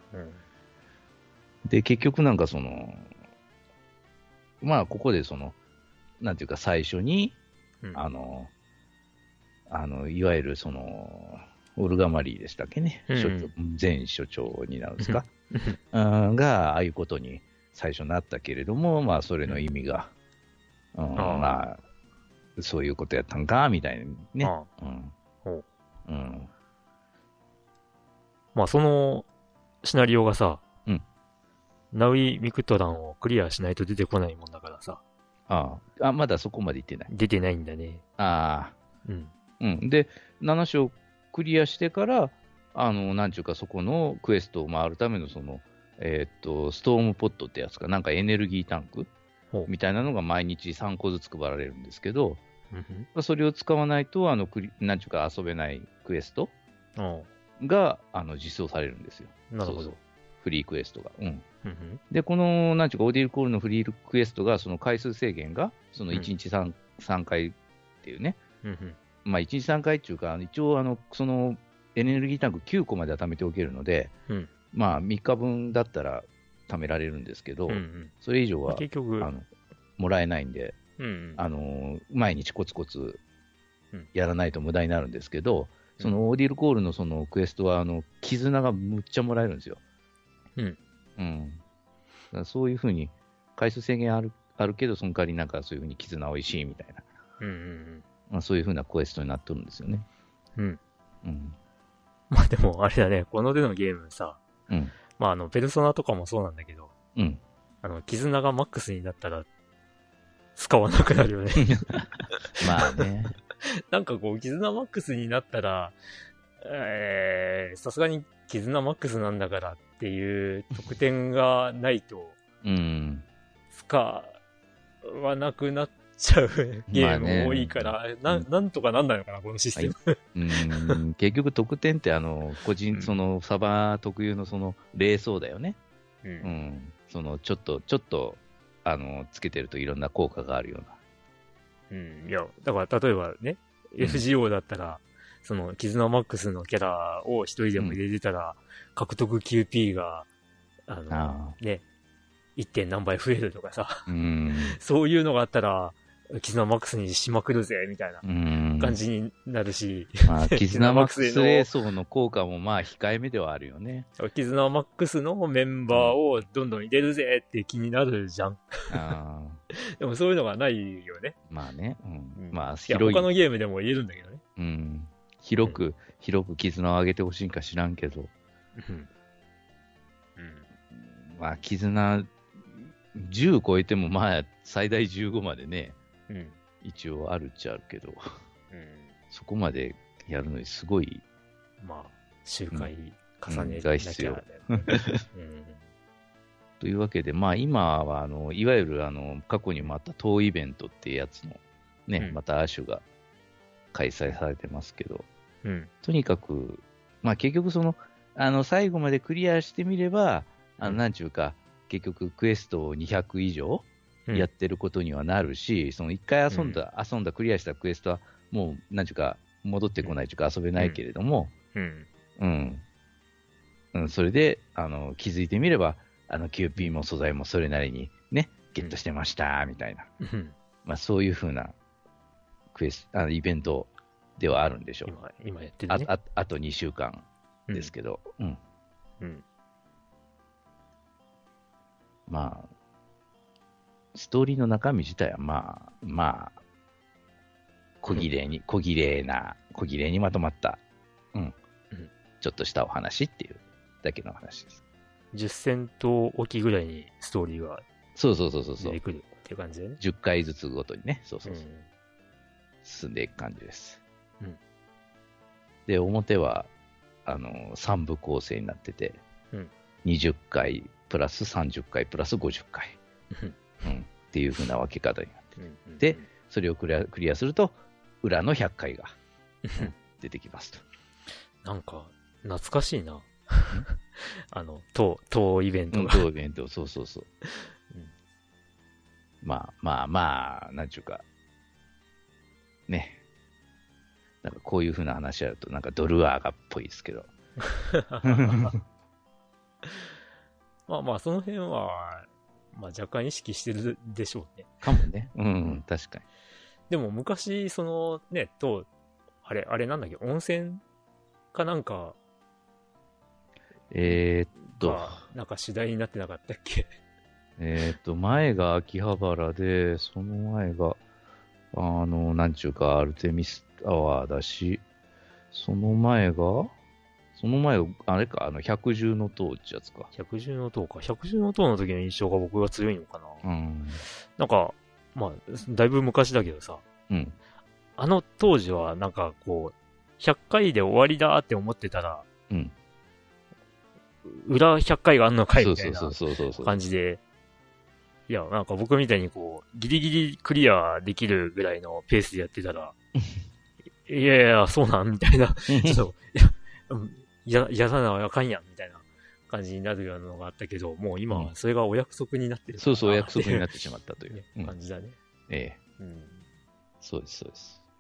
で、結局なんかまあ、ここでなんていうか最初に、いわゆるオルガマリーでしたっけね、前所長になるんですか、が、ああいうことに最初なったけれども、まあ、それの意味が、まあ、そういうことやったんか、みたいにね。 まあ、そのシナリオがさ、ナウイ・ミクトランをクリアしないと出てこないもんだからさ。 まだそこまで行ってない。 出てないんだね。 で、7章クリアしてから、なんちゅうか、そこのクエストを回るための、ストームポットってやつか、なんかエネルギータンクみたいなのが毎日3個ずつ配られるんですけど、それを使わないと、なんちゅうか遊べないクエストが、実装されるんですよ。 なるほど。 そうフリークエストが。で、この、なんちゅうか、オーディルコールのフリークエストが、その回数制限が、その1日 3回っていうね。まあ、1日3回っていうか、一応、そのエネルギータンク9個までは貯めておけるので、まあ、3日分だったら貯められるんですけど、それ以上は、 結局もらえないんで、毎日コツコツやらないと無駄になるんですけど、そのオーディルコールのそのクエストは、絆がむっちゃもらえるんですよ。だからそういうふうに、回数制限あるけど、その代わりなんかそういうふうに絆おいしいみたいな、そういうふうなクエストになってるんですよね。 まあでも、あれだね、この手のゲームさ、まあペルソナとかもそうなんだけど、絆がマックスになったら、使わなくなるよね。 まあね。 なんかこう、絆マックスになったら、さすがに絆マックスなんだからっていう特典がないと、使わなくなっちゃうゲーム多いから、なんとかなんないのかな、このシステム。結局特典って個人、サバ特有の霊装だよね。ちょっと、つけてるといろんな効果があるような。いや、だから例えばね、FGO だったら、その、絆マックスのキャラを一人でも入れてたら、獲得 QP が、ね、1. 何倍増えるとかさ、そういうのがあったら、絆マックスにしまくるぜ、みたいな感じになるし、 絆マックス霊装の効果もまあ控えめではあるよね。 絆マックスのメンバーをどんどん入れるぜって気になるじゃん。でもそういうのがないよね。 まあね。まあ他のゲームでも言えるんだけどね。 広く絆を上げてほしいんか知らんけど。まあ、絆、10超えても、まあ、最大15までね、一応あるっちゃあるけど、そこまでやるのにすごい、 まあ、周回重ねが必要。というわけで、まあ、今は、いわゆる、過去にもあった当イベントっていうやつの、ね、また亜種が開催されてますけど、とにかく、まあ、結局最後までクリアしてみれば、なんちゅうか、結局クエストを200以上やってることにはなるし、その1回遊んだクリアしたクエストは、もう、なんちゅうか、戻ってこないというか遊べないけれども、それで、気づいてみれば、QP も素材もそれなりにね、 ゲットしてました、みたいな。まあそういう風なイベントではあるんでしょう。 今やってるね。 あと2週間ですけど。まあ、ストーリーの中身自体はまあ、小綺麗にまとまった、ちょっとしたお話っていうだけの話です。 10戦闘おきぐらいにストーリーがそう出てくるっていう感じでね。 10回ずつごとにね、進んでいく感じです。で、表は、3部構成になってて、20回プラス30回プラス50回、っていう風な分け方になってて、で、それをクリアすると、裏の100回が出てきますと。 なんか、懐かしいな。当イベントが。 当イベント、そう。まあ、なんちゅうか、ね。なんかこういう風な話あると、なんかドルアーガっぽいですけど。 まあ、その辺は、まあ若干意識してるでしょうね。 かもね。確かに。 でも昔、あれなんだっけ、温泉かなんか、なんか主題になってなかったっけ。 前が秋葉原で、その前が、なんちゅうか、アルテミスタワーだし、その前が、あれか、百獣の塔ってやつか。 百獣の塔か。百獣の塔の時の印象が僕が強いのかな。なんか、まあ、だいぶ昔だけどさ。当時は、なんかこう、100回で終わりだって思ってたら、裏100回があんのかいみたいな感じで、いや、なんか僕みたいにこう、ギリギリクリアできるぐらいのペースでやってたら、いや、そうなんみたいな、ちょっと、やらなあかんやん、みたいな感じになるようなのがあったけど、もう今はそれがお約束になってる。 そう、お約束になってしまったという、 感じだね。 そうです。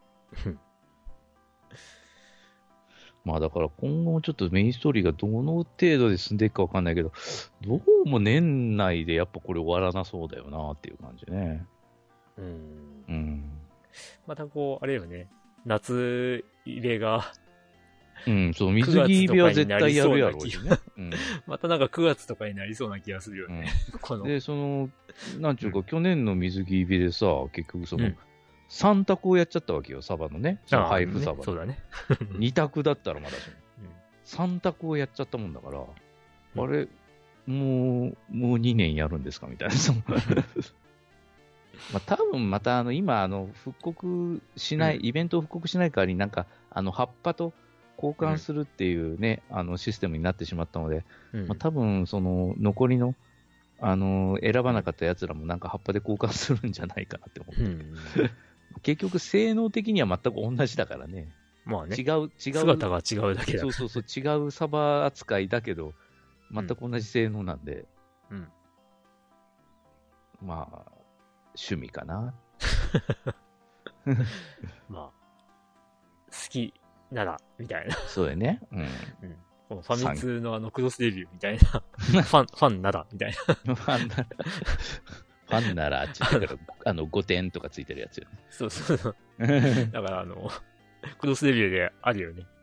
まあだから今後もちょっとメインストーリーがどの程度で進んでいくかわかんないけど、どうも年内でやっぱこれ終わらなそうだよなっていう感じね。 またこう、あれよね、夏入れが、 そう、水着入れは絶対やるやろうしね。 またなんか9月とかになりそうな気がするよね。 で、なんちゅうか、去年の水着入れでさ、結局3択をやっちゃったわけよ、サバのね。配布サバ。 そうだね。 2択だったらまだしも。3択をやっちゃったもんだから、あれ、もう2年やるんですかみたいな。まあ多分また今復刻しない、イベントを復刻しない代わりになんか葉っぱと交換するっていうね、システムになってしまったので、まあ多分残りの選ばなかった奴らもなんか葉っぱで交換するんじゃないかなって思って。結局性能的には全く同じだからね。 まあね。 違う。 姿が違うだけだ。 そう、違うサバ扱いだけど、全く同じ性能なんで。まあ、趣味かな。 まあ、好きなら、みたいな。 そうやね。 このファミ通のクロスデビューみたいな。ファンなら、みたいな。 ファンなら、って言ってから5点とかついてるやつよね。 そう。だからクロスデビューであるよね。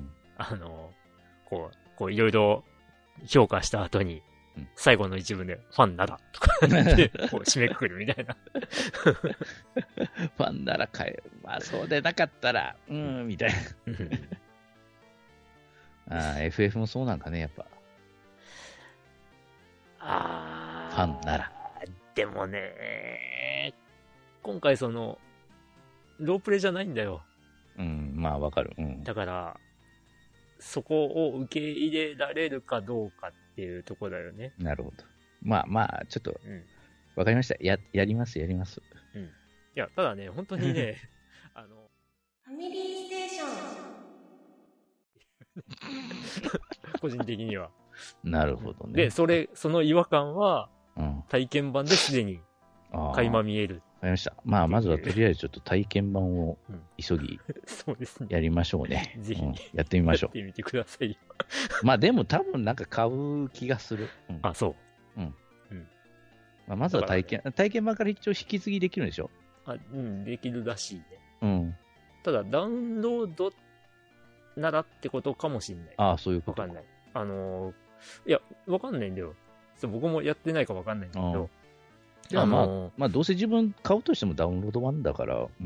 こういろいろ評価した後に、最後の一文で、ファンなら、とかで、こう締めくくるみたいな。 ファンならまあそうでなかったら、みたいな。FF もそうなんかね、やっぱ。ファンなら。 でもね、今回ロープレじゃないんだよ。 まあわかる。 だから、そこを受け入れられるかどうかっていうところだよね。 なるほど。まあ、ちょっと、わかりました。やります。いや、ただね、本当にね、 ファミリーステーション。個人的には。 なるほどね。 で、その違和感は、体験版ですでに垣間見える。 わかりました。まあ、まずはとりあえずちょっと体験版を急ぎ、 そうですね。 やりましょうね。 ぜひ、 やってみましょう。 やってみてくださいよ。 まあ、でも多分なんか買う気がする。 あ、そう。 まあ、まずは体験版から一応引き継ぎできるんでしょ？ できるらしいね。 うん。 ただ、ダウンロードならってことかもしれない。 ああ、そういうこと。 わかんない。いや、わかんないんだよ。僕もやってないかわかんないんだけど。 まあ、どうせ自分買うとしてもダウンロード版だから。うん。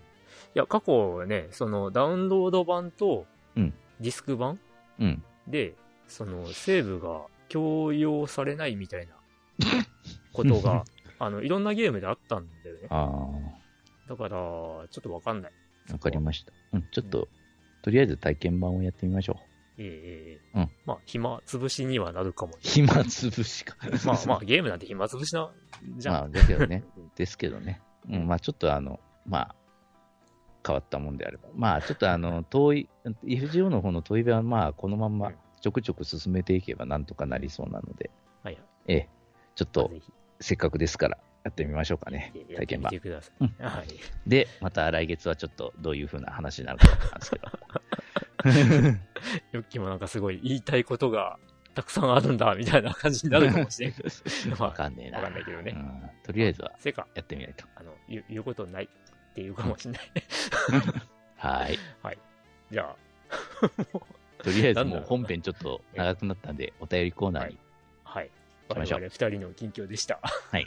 いや、過去ね、ダウンロード版と、ディスク版、で、セーブが強要されないみたいなことが、いろんなゲームであったんだよね。だから、ちょっとわかんない。 わかりました。ちょっと、とりあえず体験版をやってみましょう。まあ、暇つぶしにはなるかも。 暇つぶしか。 まあ、ゲームなんて暇つぶしな、じゃん。 まあ、ですけどね。ですけどね。まあ、ちょっとまあ、変わったもんであれば。まあ、ちょっと遠い、FGO の方の問いは、まあ、このまんまちょくちょく進めていけばなんとかなりそうなので、ちょっと、せっかくですから、やってみましょうかね。体験版。で、また来月はちょっとどういう風な話になるかなんですけど。 ヨッキーもなんかすごい言いたいことがたくさんあるんだみたいな感じになるかもしれんけど。 わかんねえな。 わかんないけどね。 とりあえずはやってみないと。 言うことないっていうかもしれない。 はい。 はい。じゃあ。 とりあえずもう本編ちょっと長くなったんで、お便りコーナーに。 はい。我々二人の近況でした。 はい。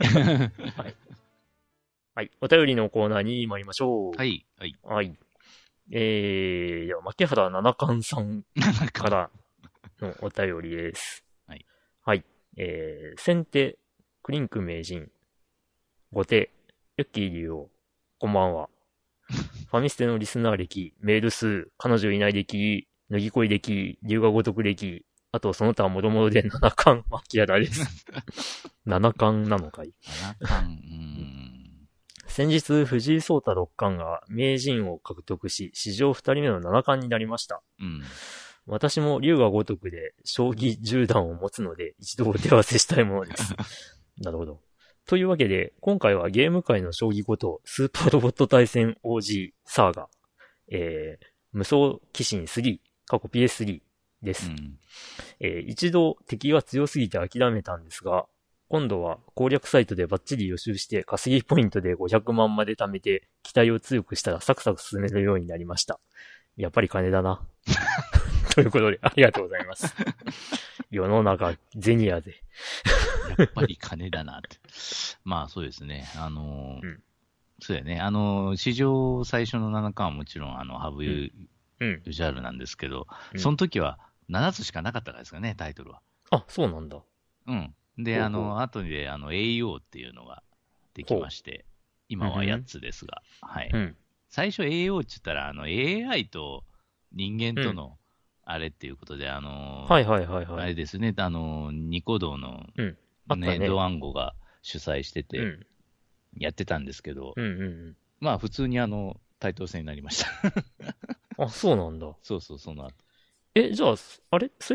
はい。お便りのコーナーに参りましょう。 はい。 はい。では、牧原七冠さんからのお便りです。 はい。 はい。先手、クリンク名人、後手、ユッキー竜王、こんばんは。ファミステのリスナー歴、メール数、彼女いない歴、脱ぎ恋歴、龍が如く歴、あとその他もろもろで七冠、牧原です。七冠なのかい？ 七冠、 先日、藤井聡太六冠が名人を獲得し、史上二人目の七冠になりました。私も龍が如くで将棋10段を持つので、一度お手合わせしたいものです。なるほど。というわけで、今回はゲーム界の将棋こと、スーパーロボット対戦 OG サーガ、無双鬼神3、過去 PS3 です。一度敵が強すぎて諦めたんですが、今度は攻略サイトでバッチリ予習して稼ぎポイントで500万まで貯めて期待を強くしたらサクサク進めるようになりました。やっぱり金だな。ということで、ありがとうございます。世の中、銭やぜ。 やっぱり金だなって。まあそうですね。そうやね。史上最初の七冠はもちろん、羽生ユジャールなんですけど、その時は7つしかなかったからですかね、タイトルは。 あ、そうなんだ。 で、後で、AO っていうのができまして、今は8つですが、はい。最初 AO って言ったら、AI と人間との、あれっていうことで、あれですね、ニコ動の、ドワンゴが主催してて、やってたんですけど、まあ普通に対等戦になりました。 あ、そうなんだ。 そう、その後。 じゃあ、あれそれって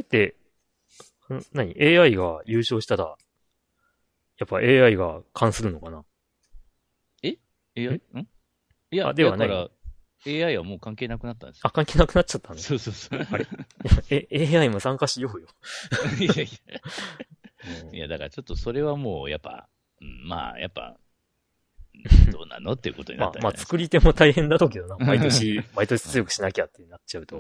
、AI が優勝したら、やっぱ AI が関するのかな？ AI？ いや、 ではない。 だから、AI はもう関係なくなったんですよ。 あ、関係なくなっちゃったね。 そう。 あれAI も参加しようよ。 いや、だからちょっとそれはもう、やっぱ、まあ、やっぱ、どうなのっていうことになったまあ、作り手も大変だろうけどな。毎年強くしなきゃってなっちゃうと。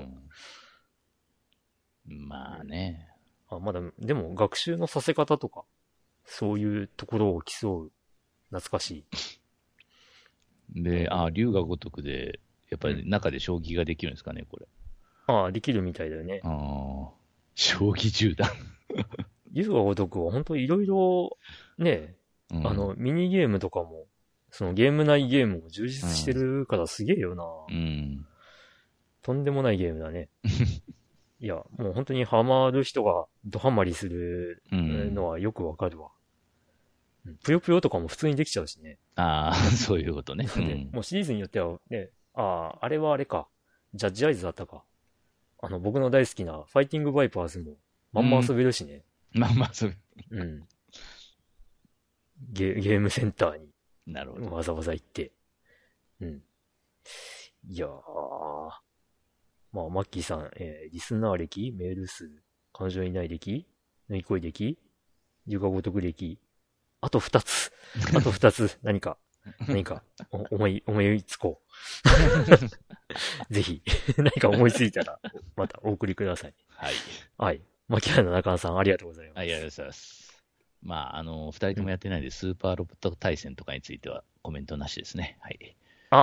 まあね。 まだ、でも学習のさせ方とか、そういうところを競う、懐かしい。で、龍が如くで、やっぱり中で将棋ができるんですかね、これ。 できるみたいだよね。 将棋10段。 龍が如くは本当いろいろ、ね、ミニゲームとかも、そのゲーム内ゲームも充実してるからすげえよな。とんでもないゲームだね。いや、もう本当にハマる人がドハマりするのはよくわかるわ。ぷよぷよとかも普通にできちゃうしね。 そういうことね。 もうシリーズによってはね、あれはあれか。ジャッジアイズだったか。僕の大好きなファイティングバイパーズもまんま遊べるしね。 まんま遊べる。ゲームセンターに。 なるほど。 わざわざ行って。いやー。まあ、マッキーさん、リスナー歴、メール数、彼女いない歴、縫い恋歴、龍が如く歴、 あと2つ。あと2つ、何か思いつこう。ぜひ、何か思いついたら、またお送りください。 はい。 はい。牧原中野さん、ありがとうございます。 ありがとうございます。まあ、二人ともやってないんで、スーパーロボット対戦とかについてはコメントなしですね。はい。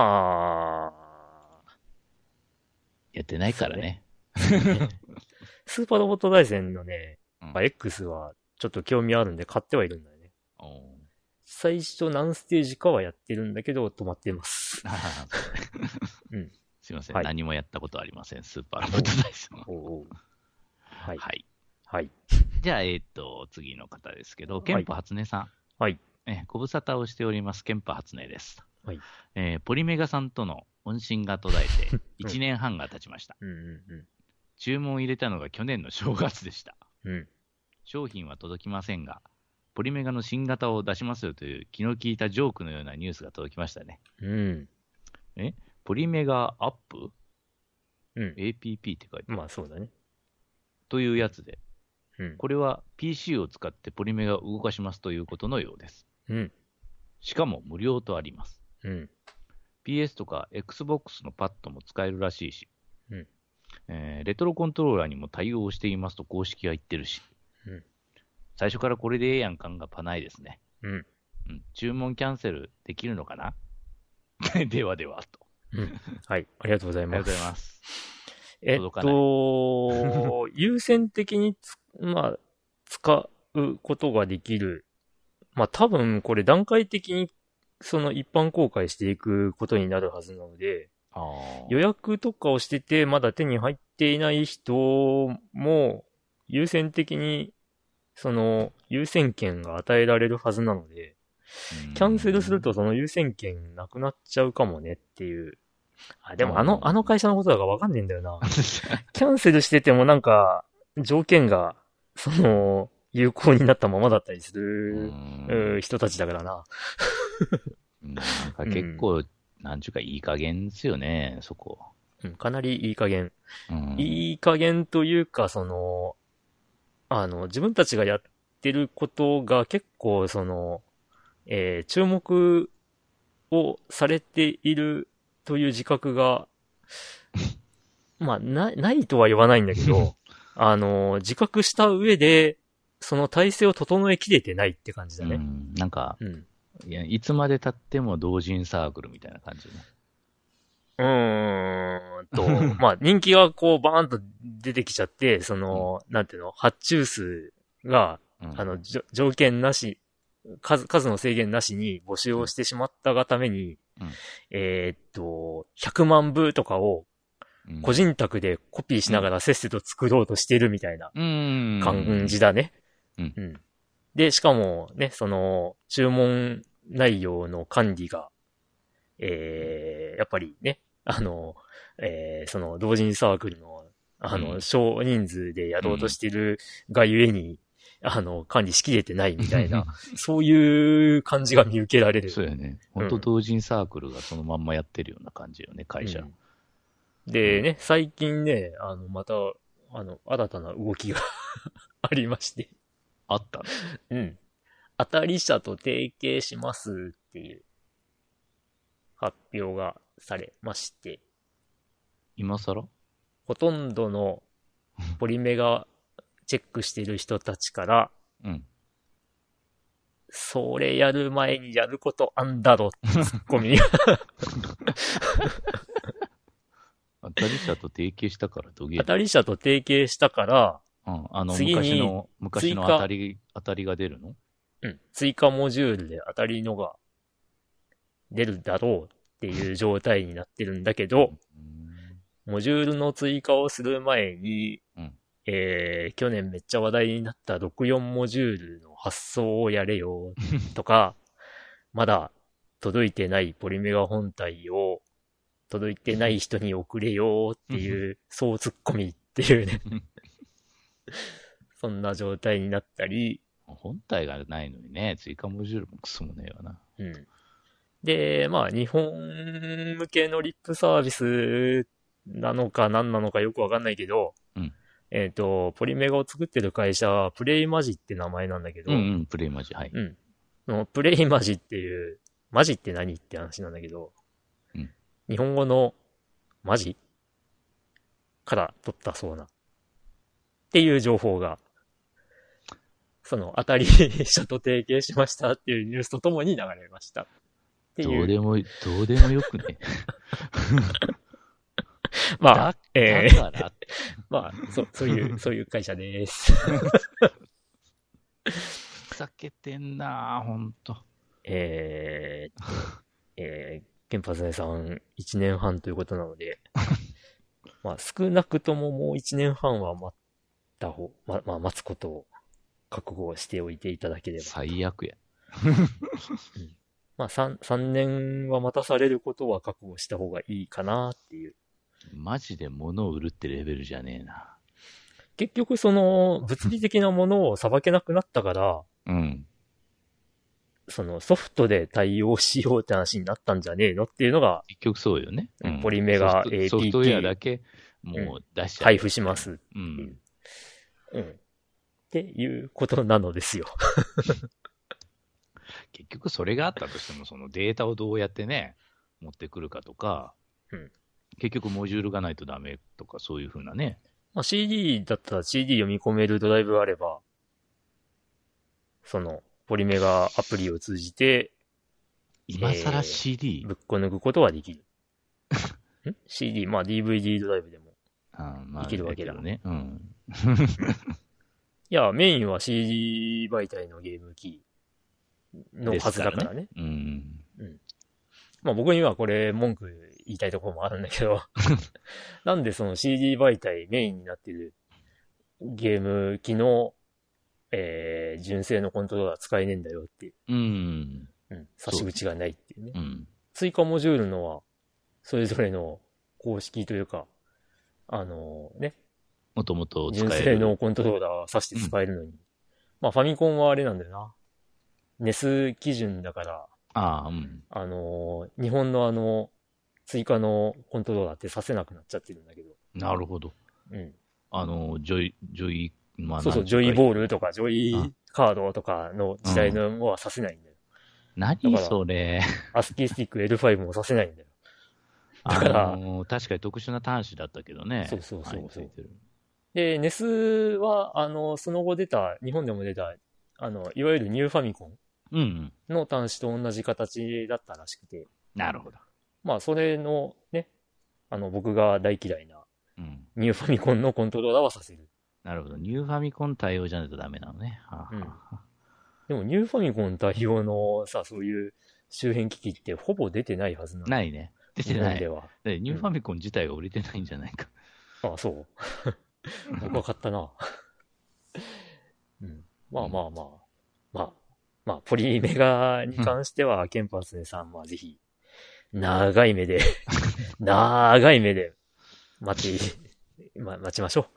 やってないからね。 スーパーロボット対戦のね、X はちょっと興味あるんで買ってはいるんだよね。最初何ステージかはやってるんだけど、止まってます。 うん。すいません、はい、何もやったことありません、スーパーロボット対戦は。 はい。 はい。 はい。 じゃあ、次の方ですけど、ケンパ初音さん。 はい。 ご無沙汰をしております、ケンパ初音です。 はい。 ポリメガさんとの音信が途絶えて1年半が経ちました。注文を入れたのが去年の正月でした。商品は届きませんが、ポリメガの新型を出しますよという気の利いたジョークのようなニュースが届きましたね。ポリメガアップ？APP って書いてある。 まあそうだね。 というやつで、これは PC を使ってポリメガを動かしますということのようです。しかも無料とあります。PS とか Xbox のパッドも使えるらしいし、レトロコントローラーにも対応していますと公式は言ってるし、最初からこれでええやん感がパないですね。注文キャンセルできるのかなではではと、 はい、ありがとうございます。 ありがとうございます。 優先的に使うことができる。まあ、多分これ段階的にその一般公開していくことになるはずなので、予約とかをしててまだ手に入っていない人も優先的にその優先権が与えられるはずなので、キャンセルするとその優先権なくなっちゃうかもねっていう。でもあの会社のことだからわかんねえんだよな。キャンセルしててもなんか条件がその有効になったままだったりする人たちだからな。 なんか結構、なんちゅうかいい加減ですよね、そこ。 かなりいい加減。いい加減というか、その、自分たちがやってることが結構、その、注目をされているという自覚が、まあ、ないとは言わないんだけど、自覚した上で、その体制を整えきれてないって感じだね。 なんか、いや、いつまで経っても同人サークルみたいな感じね。 まあ、人気がこう、バーンと出てきちゃって、その、なんていうの、発注数が、条件なし、数の制限なしに募集をしてしまったがために、100万部とかを、個人宅でコピーしながらせっせと作ろうとしてるみたいな感じだね。で、しかもね、その、注文内容の管理が、やっぱりね、その、同人サークルの、少人数でやろうとしてるがゆえに、管理しきれてないみたいな、そういう感じが見受けられる。 そうやね。本当同人サークルがそのまんまやってるような感じよね、会社。 でね、最近ね、また、新たな動きがありまして。 あったの？当たり社と提携しますっていう発表がされまして。 今更？ ほとんどのポリメガチェックしてる人たちから、それやる前にやることあんだろってツッコミが。 当たり社と提携したからどげ？ 当たり社と提携したから、 次に昔の当たりが出るの？ 追加モジュールで当たりのが出るだろうっていう状態になってるんだけど、モジュールの追加をする前に、去年めっちゃ話題になった64モジュールの発送をやれよとか、まだ届いてないポリメガ本体を届いてない人に送れよっていう、そうツッコミっていうね。そんな状態になったり、 本体がないのにね、追加モジュールもクソもねえわな。 で、まあ、日本向けのリップサービスなのか何なのかよくわかんないけど、ポリメガを作ってる会社はプレイマジって名前なんだけど、 プレイマジ、はい。 プレイマジっていう、マジって何って話なんだけど、 うん、 日本語のマジから取ったそうな。っていう情報が、当たり社と提携しましたっていうニュースとともに流れました。っていう。 どうでもよくね。 まあ、 だからまあ、そういう会社です。 ふざけてんなぁ、ほんと。 ケンパズネさん1年半ということなので、まあ少なくとももう1年半は待つことを覚悟しておいていただければ。 最悪や。 まあ3年は待たされることは覚悟した方がいいかなっていう。 マジで物を売るってレベルじゃねえな。 結局物理的なものをさばけなくなったから、 うん。 ソフトで対応しようって話になったんじゃねえのっていうのが、 結局そうよね。 うん、ポリメガ APK ソフトウェアだけもう出しちゃう、 配布しますっていう、 うん。 っていうことなのですよ。 結局それがあったとしても、そのデータをどうやってね、持ってくるかとか、結局モジュールがないとダメとか、そういう風なね。 まあ、CD だったら CD 読み込めるドライブがあれば、ポリメガアプリを通じて、 今更 CD？ ぶっこ抜くことはできる。CD、まあ DVD ドライブでもできるわけだ。 ね。うん。 いや、メインは CD 媒体のゲーム機のはずだからね。まあ僕にはこれ文句言いたいところもあるんだけど、なんでCD 媒体メインになっているゲーム機の純正のコントローラー使えねえんだよっていう。差し口がないっていうね。追加モジュールのは、それぞれの公式というか、ね。 もともと純正のコントローラーは挿して使えるのに。まあファミコンはあれなんだよな。NES 基準だから、日本の追加のコントローラーって挿せなくなっちゃってるんだけど。 なるほど。ジョイ、まあ、 そう、ジョイボールとか、ジョイカードとかの時代のはさせないんだよ。 何それ。 アスキースティック L5 もさせないんだよ。だから、 確かに特殊な端子だったけどね。 そう。で、NES は、その後日本でも出た、いわゆるニューファミコンの端子と同じ形だったらしくて。 なるほど。 まあ、それのね、僕が大嫌いな、ニューファミコンのコントローラーはさせる。 なるほど。ニューファミコン対応じゃないとダメなのね。 でもニューファミコン対応のそういう周辺機器ってほぼ出てないはずなの。 ないね。出てない。 では。 ニューファミコン自体が売れてないんじゃないか。 ああ、そう。僕は買ったな。まあ、ポリメガに関しては、ケンパスネさんはぜひ、長い目で待ちましょう。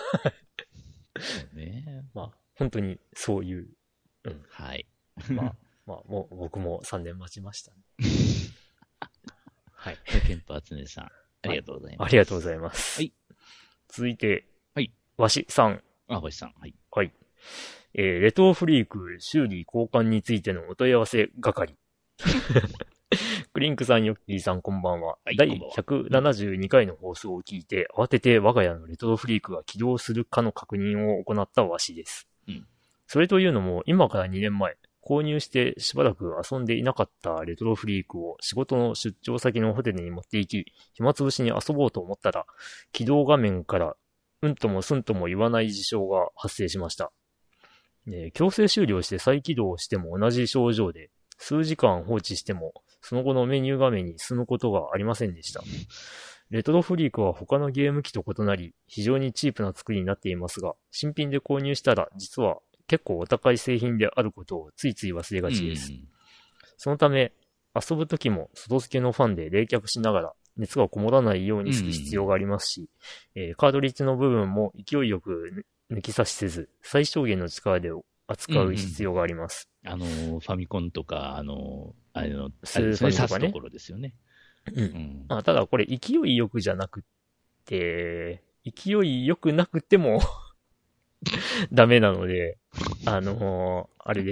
まあ、本当にそういう。 はい。 まあ、もう僕も3年待ちましたね。はい。 ケンパーツネさん、ありがとうございます。 ありがとうございます。はい。続いて、 はい。 わしさん。 わしさん。はい。 はい。レトロフリーク修理交換についてのお問い合わせ係。クリンクさん、ヨッキーさん、こんばんは。はい、第172回の放送を聞いて、慌てて我が家のレトロフリークが起動するかの確認を行ったわしです。それというのも、今から2年前、購入してしばらく遊んでいなかったレトロフリークを仕事の出張先のホテルに持って行き、暇つぶしに遊ぼうと思ったら、起動画面からうんともすんとも言わない事象が発生しました。強制終了して再起動しても同じ症状で、数時間放置しても、その後のメニュー画面に進むことがありませんでした。レトロフリークは他のゲーム機と異なり、非常にチープな作りになっていますが、新品で購入したら実は結構お高い製品であることをついつい忘れがちです。そのため、遊ぶときも外付けのファンで冷却しながら熱がこもらないようにする必要がありますし、カートリッジの部分も勢いよく抜き差しせず、最小限の力で扱う必要があります。 ファミコンとか、 スーファミとかね。 ところですよね。 ただこれ勢いよくじゃなくて、勢いよくなくてもダメなので、あれです。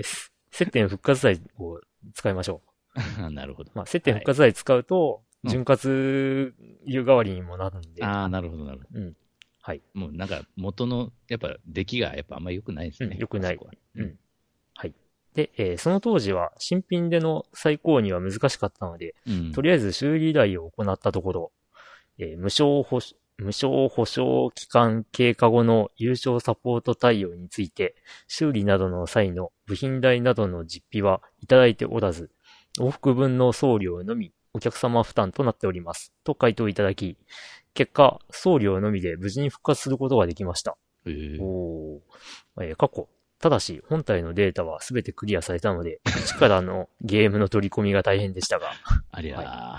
接点復活剤を使いましょう。なるほど。 まあ、接点復活剤使うと、潤滑油代わりにもなるんで。 ああ、なるほど、なるほど。 うん。はい。 もうなんか元の、やっぱ出来がやっぱあんまり良くないですね。 良くない。うん。はい。で、その当時は新品での再購入は難しかったので、とりあえず修理依頼を行ったところ、無償保証期間経過後の有償サポート対応について、修理などの際の部品代などの実費はいただいておらず、往復分の送料のみお客様負担となっております。と回答いただき、結果、送料のみで無事に復活することができました。過去。ただし、本体のデータはすべてクリアされたので、一からのゲームの取り込みが大変でしたが。 ありゃー、 はい。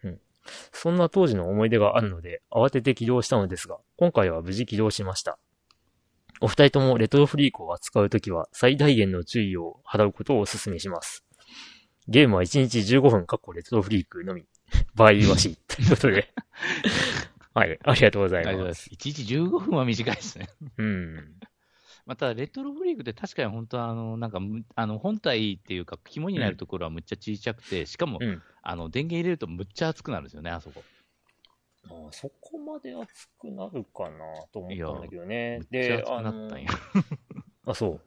そんな当時の思い出があるので、慌てて起動したのですが、今回は無事起動しました。お二人ともレトロフリークを扱うときは、最大限の注意を払うことをお勧めします。ゲームは1日15分、レトロフリークのみ、場合らしい。ということで。はい、ありがとうございます。 1日15分は短いですね。 うん。 また、レトロフリークって確かに本当は、なんか、本体っていうか、肝になるところはむっちゃ小さくて、しかも、電源入れるとむっちゃ熱くなるんですよね、あそこ。 そこまで熱くなるかなと思ったんだけどね。 めっちゃ熱くなったんや。 そう。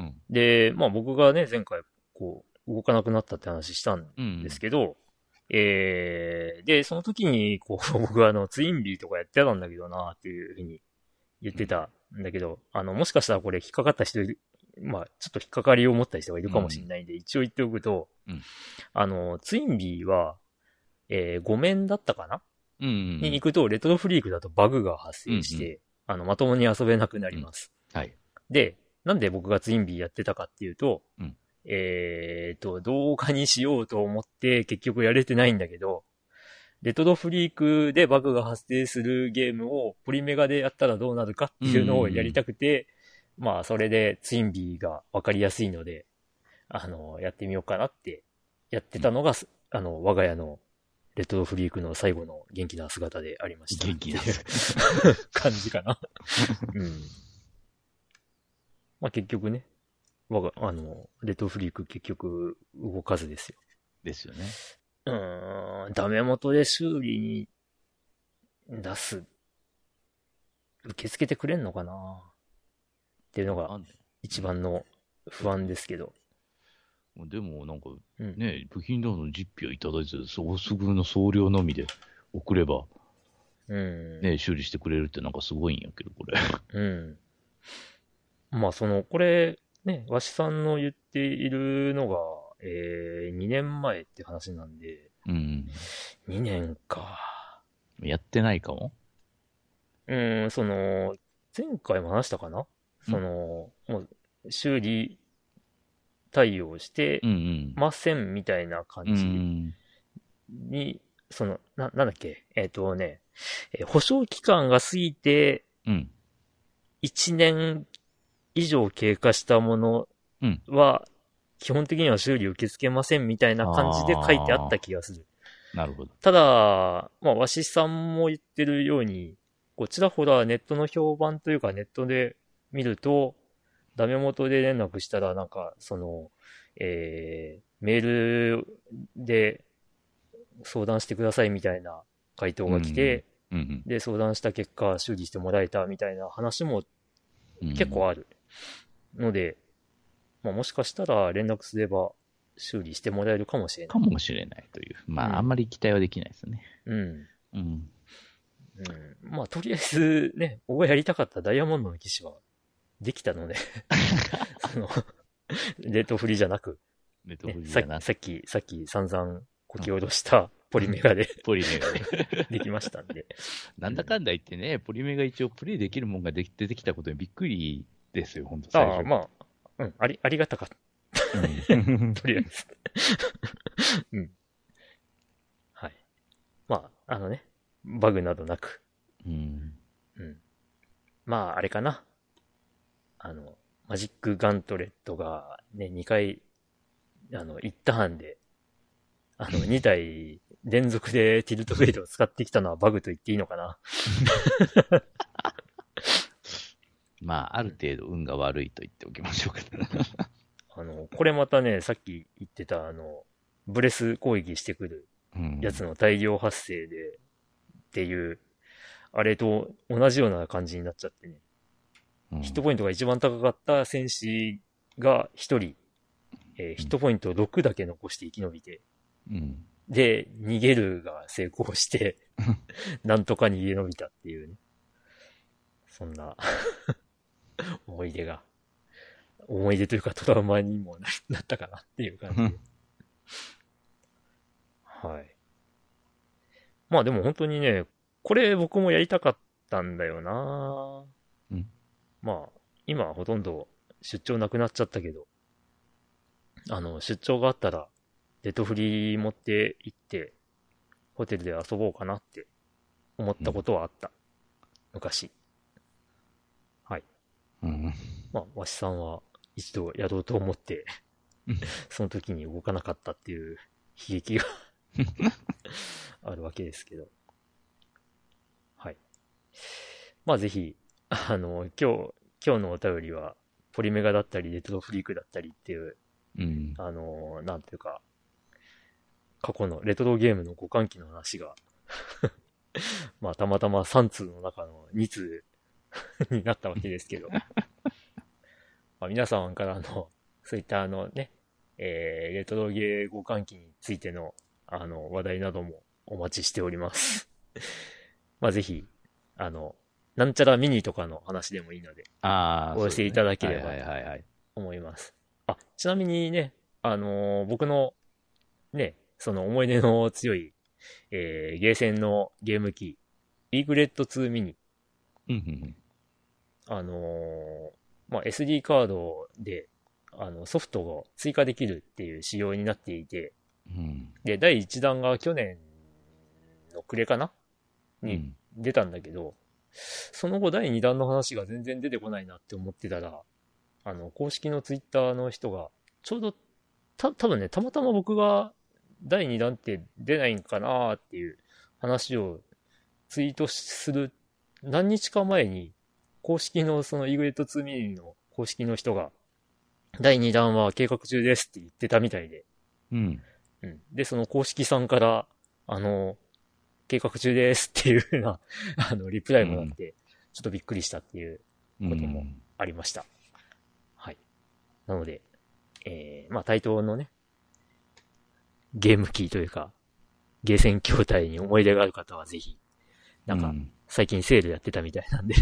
うん。 で、まあ僕がね、前回、動かなくなったって話したんですけど、で、その時に、僕はツインビーとかやってたんだけどなっていうふうに言ってたんだけど、もしかしたらこれ引っかかった人いる、まあ、ちょっと引っかかりを持った人がいるかもしれないんで、一応言っておくと、ツインビーは、5面だったかなに行くと、レトロフリークだとバグが発生して、まともに遊べなくなります。 はい。 で、なんで僕がツインビーやってたかっていうと、動画にしようと思って結局やれてないんだけど、レトロフリークでバグが発生するゲームをポリメガでやったらどうなるかっていうのをやりたくて、まあそれでツインビーがわかりやすいので、やってみようかなってやってたのが、我が家のレトロフリークの最後の元気な姿でありました。 元気な感じかな。うん。まあ結局ね、レトロフリーク結局動かずですよ。 ですよね。 ダメ元で修理に出す。受け付けてくれんのかなっていうのが一番の不安ですけど。 でもなんかね、部品などの実費をいただいて、そうすぐの送料のみで送れば、ね、修理してくれるってなんかすごいんやけど、これ。 まあこれ、ね、わしさんの言っているのが、2年前って話なんで、2年か。 やってないかも前回も話したかなもう、修理対応してませんみたいな感じに、なんだっけ、保証期間が過ぎて、1年以上経過したものは、基本的には修理受け付けませんみたいな感じで書いてあった気がする。 なるほど。 ただ、まあ、わしさんも言ってるように、ちらほらネットの評判というかネットで見ると、ダメ元で連絡したら、なんか、メールで相談してくださいみたいな回答が来て、で、相談した結果、修理してもらえたみたいな話も結構ある。ので、まあ、もしかしたら連絡すれば修理してもらえるかもしれない。 かもしれないという。まあ、あんまり期待はできないですね。 まあ、とりあえずね、僕がやりたかったダイヤモンドの騎士はできたので、レッドフリーじゃなく、 レッドフリーじゃなく、 さっき散々こき下ろしたポリメガで、できましたんで。 なんだかんだ言ってね、ポリメガ一応プレイできるもんが出てきたことにびっくりですよ、本当最初。 まあ、ありがたかった。とりあえず。はい。まあ、バグなどなく。まあ、あれかな。マジックガントレットがね、2回、一ターンで、2体連続でティルトフェイドを使ってきたのはバグと言っていいのかな。 まあ、ある程度運が悪いと言っておきましょうか。 これまたね、さっき言ってたブレス攻撃してくるやつの大量発生で、っていう、あれと同じような感じになっちゃってね。ヒットポイントが一番高かった戦士が1人、ヒットポイント6だけ残して生き延びて、で、逃げるが成功して、なんとか逃げ延びたっていうね。そんな思い出というかトラウマにもなったかなっていう感じで。はい。まあでも本当にね、これ僕もやりたかったんだよな。まあ、今はほとんど出張なくなっちゃったけど、出張があったら、ネットフリ持って行って、ホテルで遊ぼうかなって思ったことはあった。昔。はい。まあ、わしさんは一度やろうと思って、その時に動かなかったっていう悲劇があるわけですけど。はい。まあぜひ、今日のお便りは、ポリメガだったり、レトロフリークだったりっていう、なんていうか、過去のレトロゲームの互換機の話が、まあたまたま3通の中の2通になったわけですけど、まあ、皆さんからそういったね、レトロゲー互換機についての、話題などもお待ちしております。まあぜひ、なんちゃらミニとかの話でもいいので、お寄せいただければと思います。ちなみにね、僕のね、その思い出の強い、ゲーセンのゲーム機、リーグレッド2ミニ。まあ、SD カードで、ソフトを追加できるっていう仕様になっていて、で、第1弾が去年の暮れかなに出たんだけど、その後第2弾の話が全然出てこないなって思ってたら、公式のツイッターの人が、ちょうど、多分ね、たまたま僕が第2弾って出ないんかなっていう話をツイートする何日か前に、公式のそのイグレット2ミリの公式の人が、第2弾は計画中ですって言ってたみたいで。で、その公式さんから、計画中ですっていうふうな、リプライもあって、ちょっとびっくりしたっていうこともありました。はい。なので、まあ、対等のね、ゲーム機というか、ゲーセン筐体に思い出がある方はぜひ、なんか、最近セールやってたみたいなんで、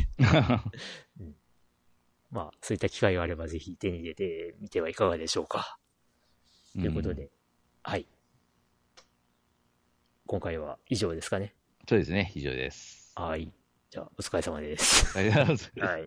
まあ、そういった機会があればぜひ手に入れてみてはいかがでしょうか。ということで、はい。今回は以上ですかね。 そうですね、以上です。 はい。じゃあ、お疲れ様です。 ありがとうございます。 はい。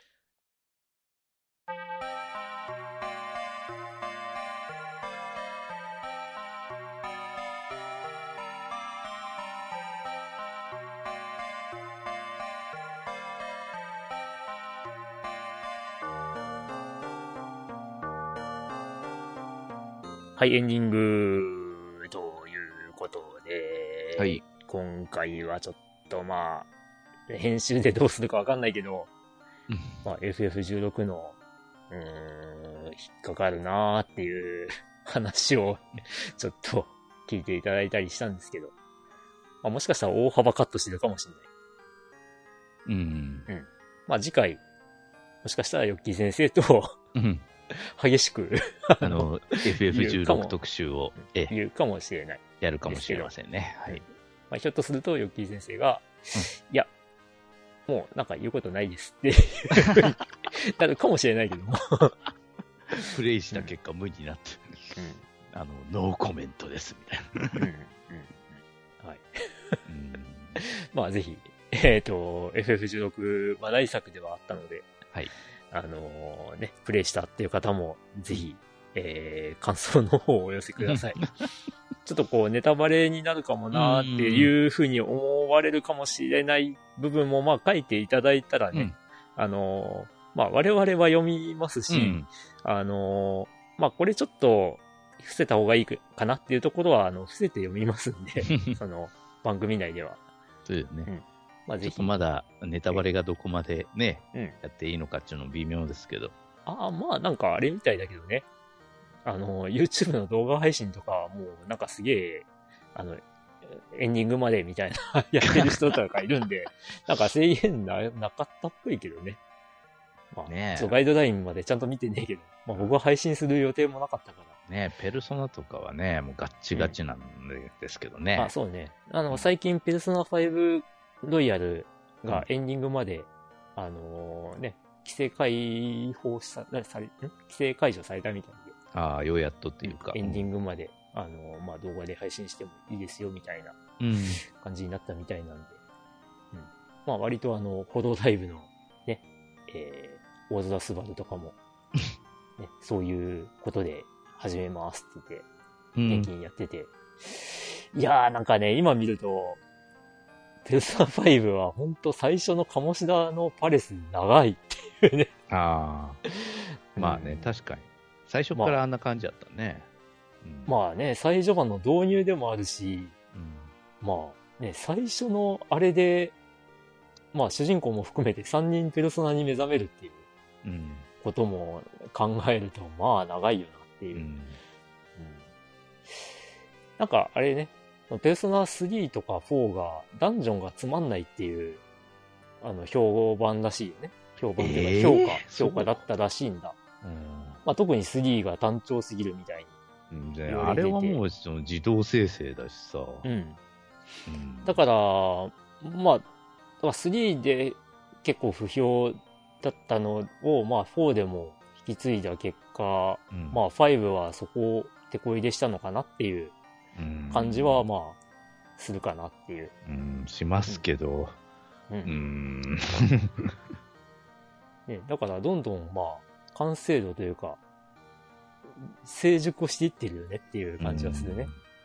はい、エンディングということで、 はい、 今回はちょっとまあ、編集でどうするかわかんないけど、まあ、FF16 の、引っかかるなーっていう話をちょっと聞いていただいたりしたんですけど、まあ、もしかしたら大幅カットしてるかもしれない。まあ次回、もしかしたらヨッキー先生と激しく FF16 特集を言うかもしれない。 やるかもしれませんね。はい。 まあ、ひょっとすると、ヨッキー先生が、いや、もうなんか言うことないですってなるかもしれないけども。 プレイした結果無になって、ノーコメントです、みたいな。 はい。まあぜひ、FF16 話題作ではあったので、 はい。 ね、プレイしたっていう方も、ぜひ、感想の方をお寄せください。ちょっとこう、ネタバレになるかもなーっていうふうに思われるかもしれない部分も、まあ書いていただいたらね、まあ我々は読みますし、まあこれちょっと、伏せた方がいいかなっていうところは、伏せて読みますんで、その、番組内では。 そうですね。まあ、ぜひ。ちょっとまだネタバレがどこまでね、やっていいのかっていうのも微妙ですけど。 まあなんかあれみたいだけどね。 YouTube の動画配信とかはもうなんかすげえ、エンディングまでみたいなやってる人とかいるんで、なんか制限なかったっぽいけどね。まあ、 ねガイドラインまでちゃんと見てねえけど、まあ僕は配信する予定もなかったから。 ねペルソナとかはね、もうガッチガチなんですけどね。 あ、そうね。最近ペルソナ5ロイヤルがエンディングまで、規制解放され、規制解除されたみたいで。 ああ、ようやっとっていうか。 エンディングまで、まあ動画で配信してもいいですよみたいな感じになったみたいなんで。まあ割とホロライブのね、大空スバルとかも、ね、そういうことで始めますって言って、元気にやってて。いやーなんかね、今見ると、ペルソナ5はほんと最初の鴨志田のパレス長いっていうね。 ああ。まあね、確かに。最初からあんな感じだったね。 まあね、最序盤の導入でもあるし、まあね、最初のあれで、まあ主人公も含めて3人ペルソナに目覚めるっていうことも考えると、まあ長いよなっていう。なんかあれね、ペルソナ3とか4がダンジョンがつまんないっていう、評判らしいよね。評判っていうか評価だったらしいんだ。まあ特に3が単調すぎるみたいに。 あれはもうその自動生成だしさ。 だから、まあ、3で結構不評だったのを、まあ4でも引き継いだ結果、まあ5はそこを手こ入れしたのかなっていう感じはまあ、するかなっていう。 しますけど。 ね、だからどんどんまあ、完成度というか、成熟をしていってるよねっていう感じがするね。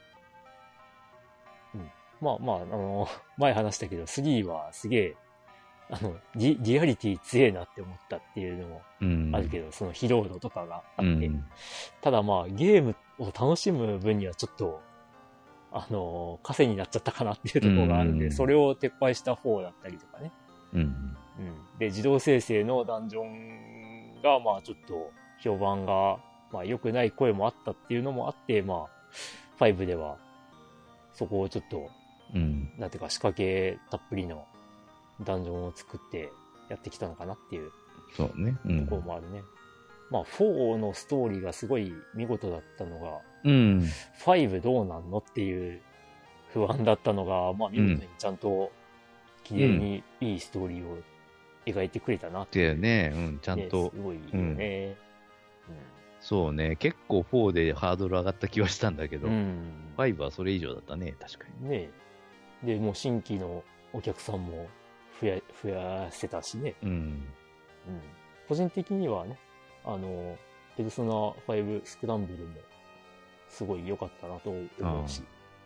まあまあ、前話したけど、3はすげえ、リアリティ強えなって思ったっていうのもあるけど、その疲労度とかがあって。ただまあ、ゲームを楽しむ分にはちょっと、枷になっちゃったかなっていうところがあるんで、それを撤廃した4だったりとかね。で、自動生成のダンジョンが、まあちょっと評判が、まあ良くない声もあったっていうのもあって、まあ、5では、そこをちょっと、なんていうか仕掛けたっぷりのダンジョンを作ってやってきたのかなっていう。 そうね。 ところもあるね。まあ、4のストーリーがすごい見事だったのが、5どうなんのっていう不安だったのが、まあ見事にちゃんと綺麗にいいストーリーを描いてくれたなっていう。 ね、ちゃんと。 すごいよね。 そうね、結構4でハードル上がった気はしたんだけど、5はそれ以上だったね、確かに。 ねで、もう新規のお客さんも増やせたしね。個人的にはね、ペルソナ5スクランブルもすごい良かったなと思うし。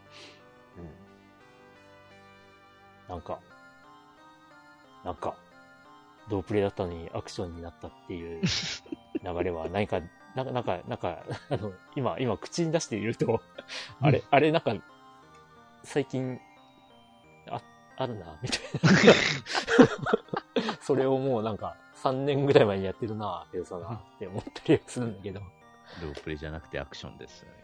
なんか、同プレイだったのにアクションになったっていう流れは何か、今口に出しているとあれなんか、最近、あるな、みたいな。それをもうなんか、3年ぐらい前にやってるな、ペルソナって思ったりするんだけど。 ロープレイじゃなくてアクションですよね。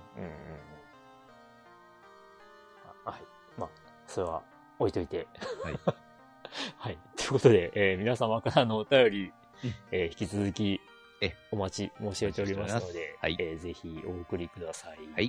はい。まあ、それは置いといて。はい。はい。ということで、皆様からのお便り、引き続き、お待ち申し上げておりますので、ぜひお送りください。 はい。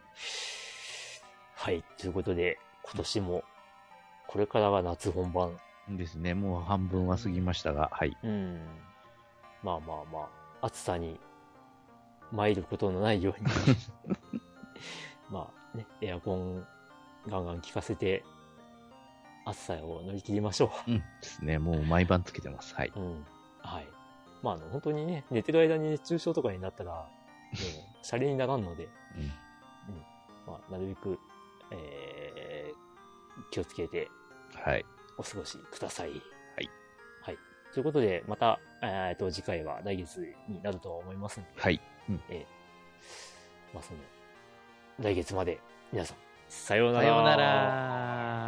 はい。ということで、今年も、これからが夏本番。 ですね。もう半分は過ぎましたが、はい。 まあまあまあ、暑さに参ることのないように。まあね、エアコンガンガン効かせて、暑さを乗り切りましょう。 ですね。もう毎晩つけてます。はい。 はい。まあ本当にね、寝てる間に熱中症とかになったら、もう、シャレにならんので、まあ、なるべく、気をつけて、お過ごしください。 はい。 はい。ということで、また、次回は来月になると思いますので、 はい。 まあ来月まで、皆さん、さようなら。 さようなら。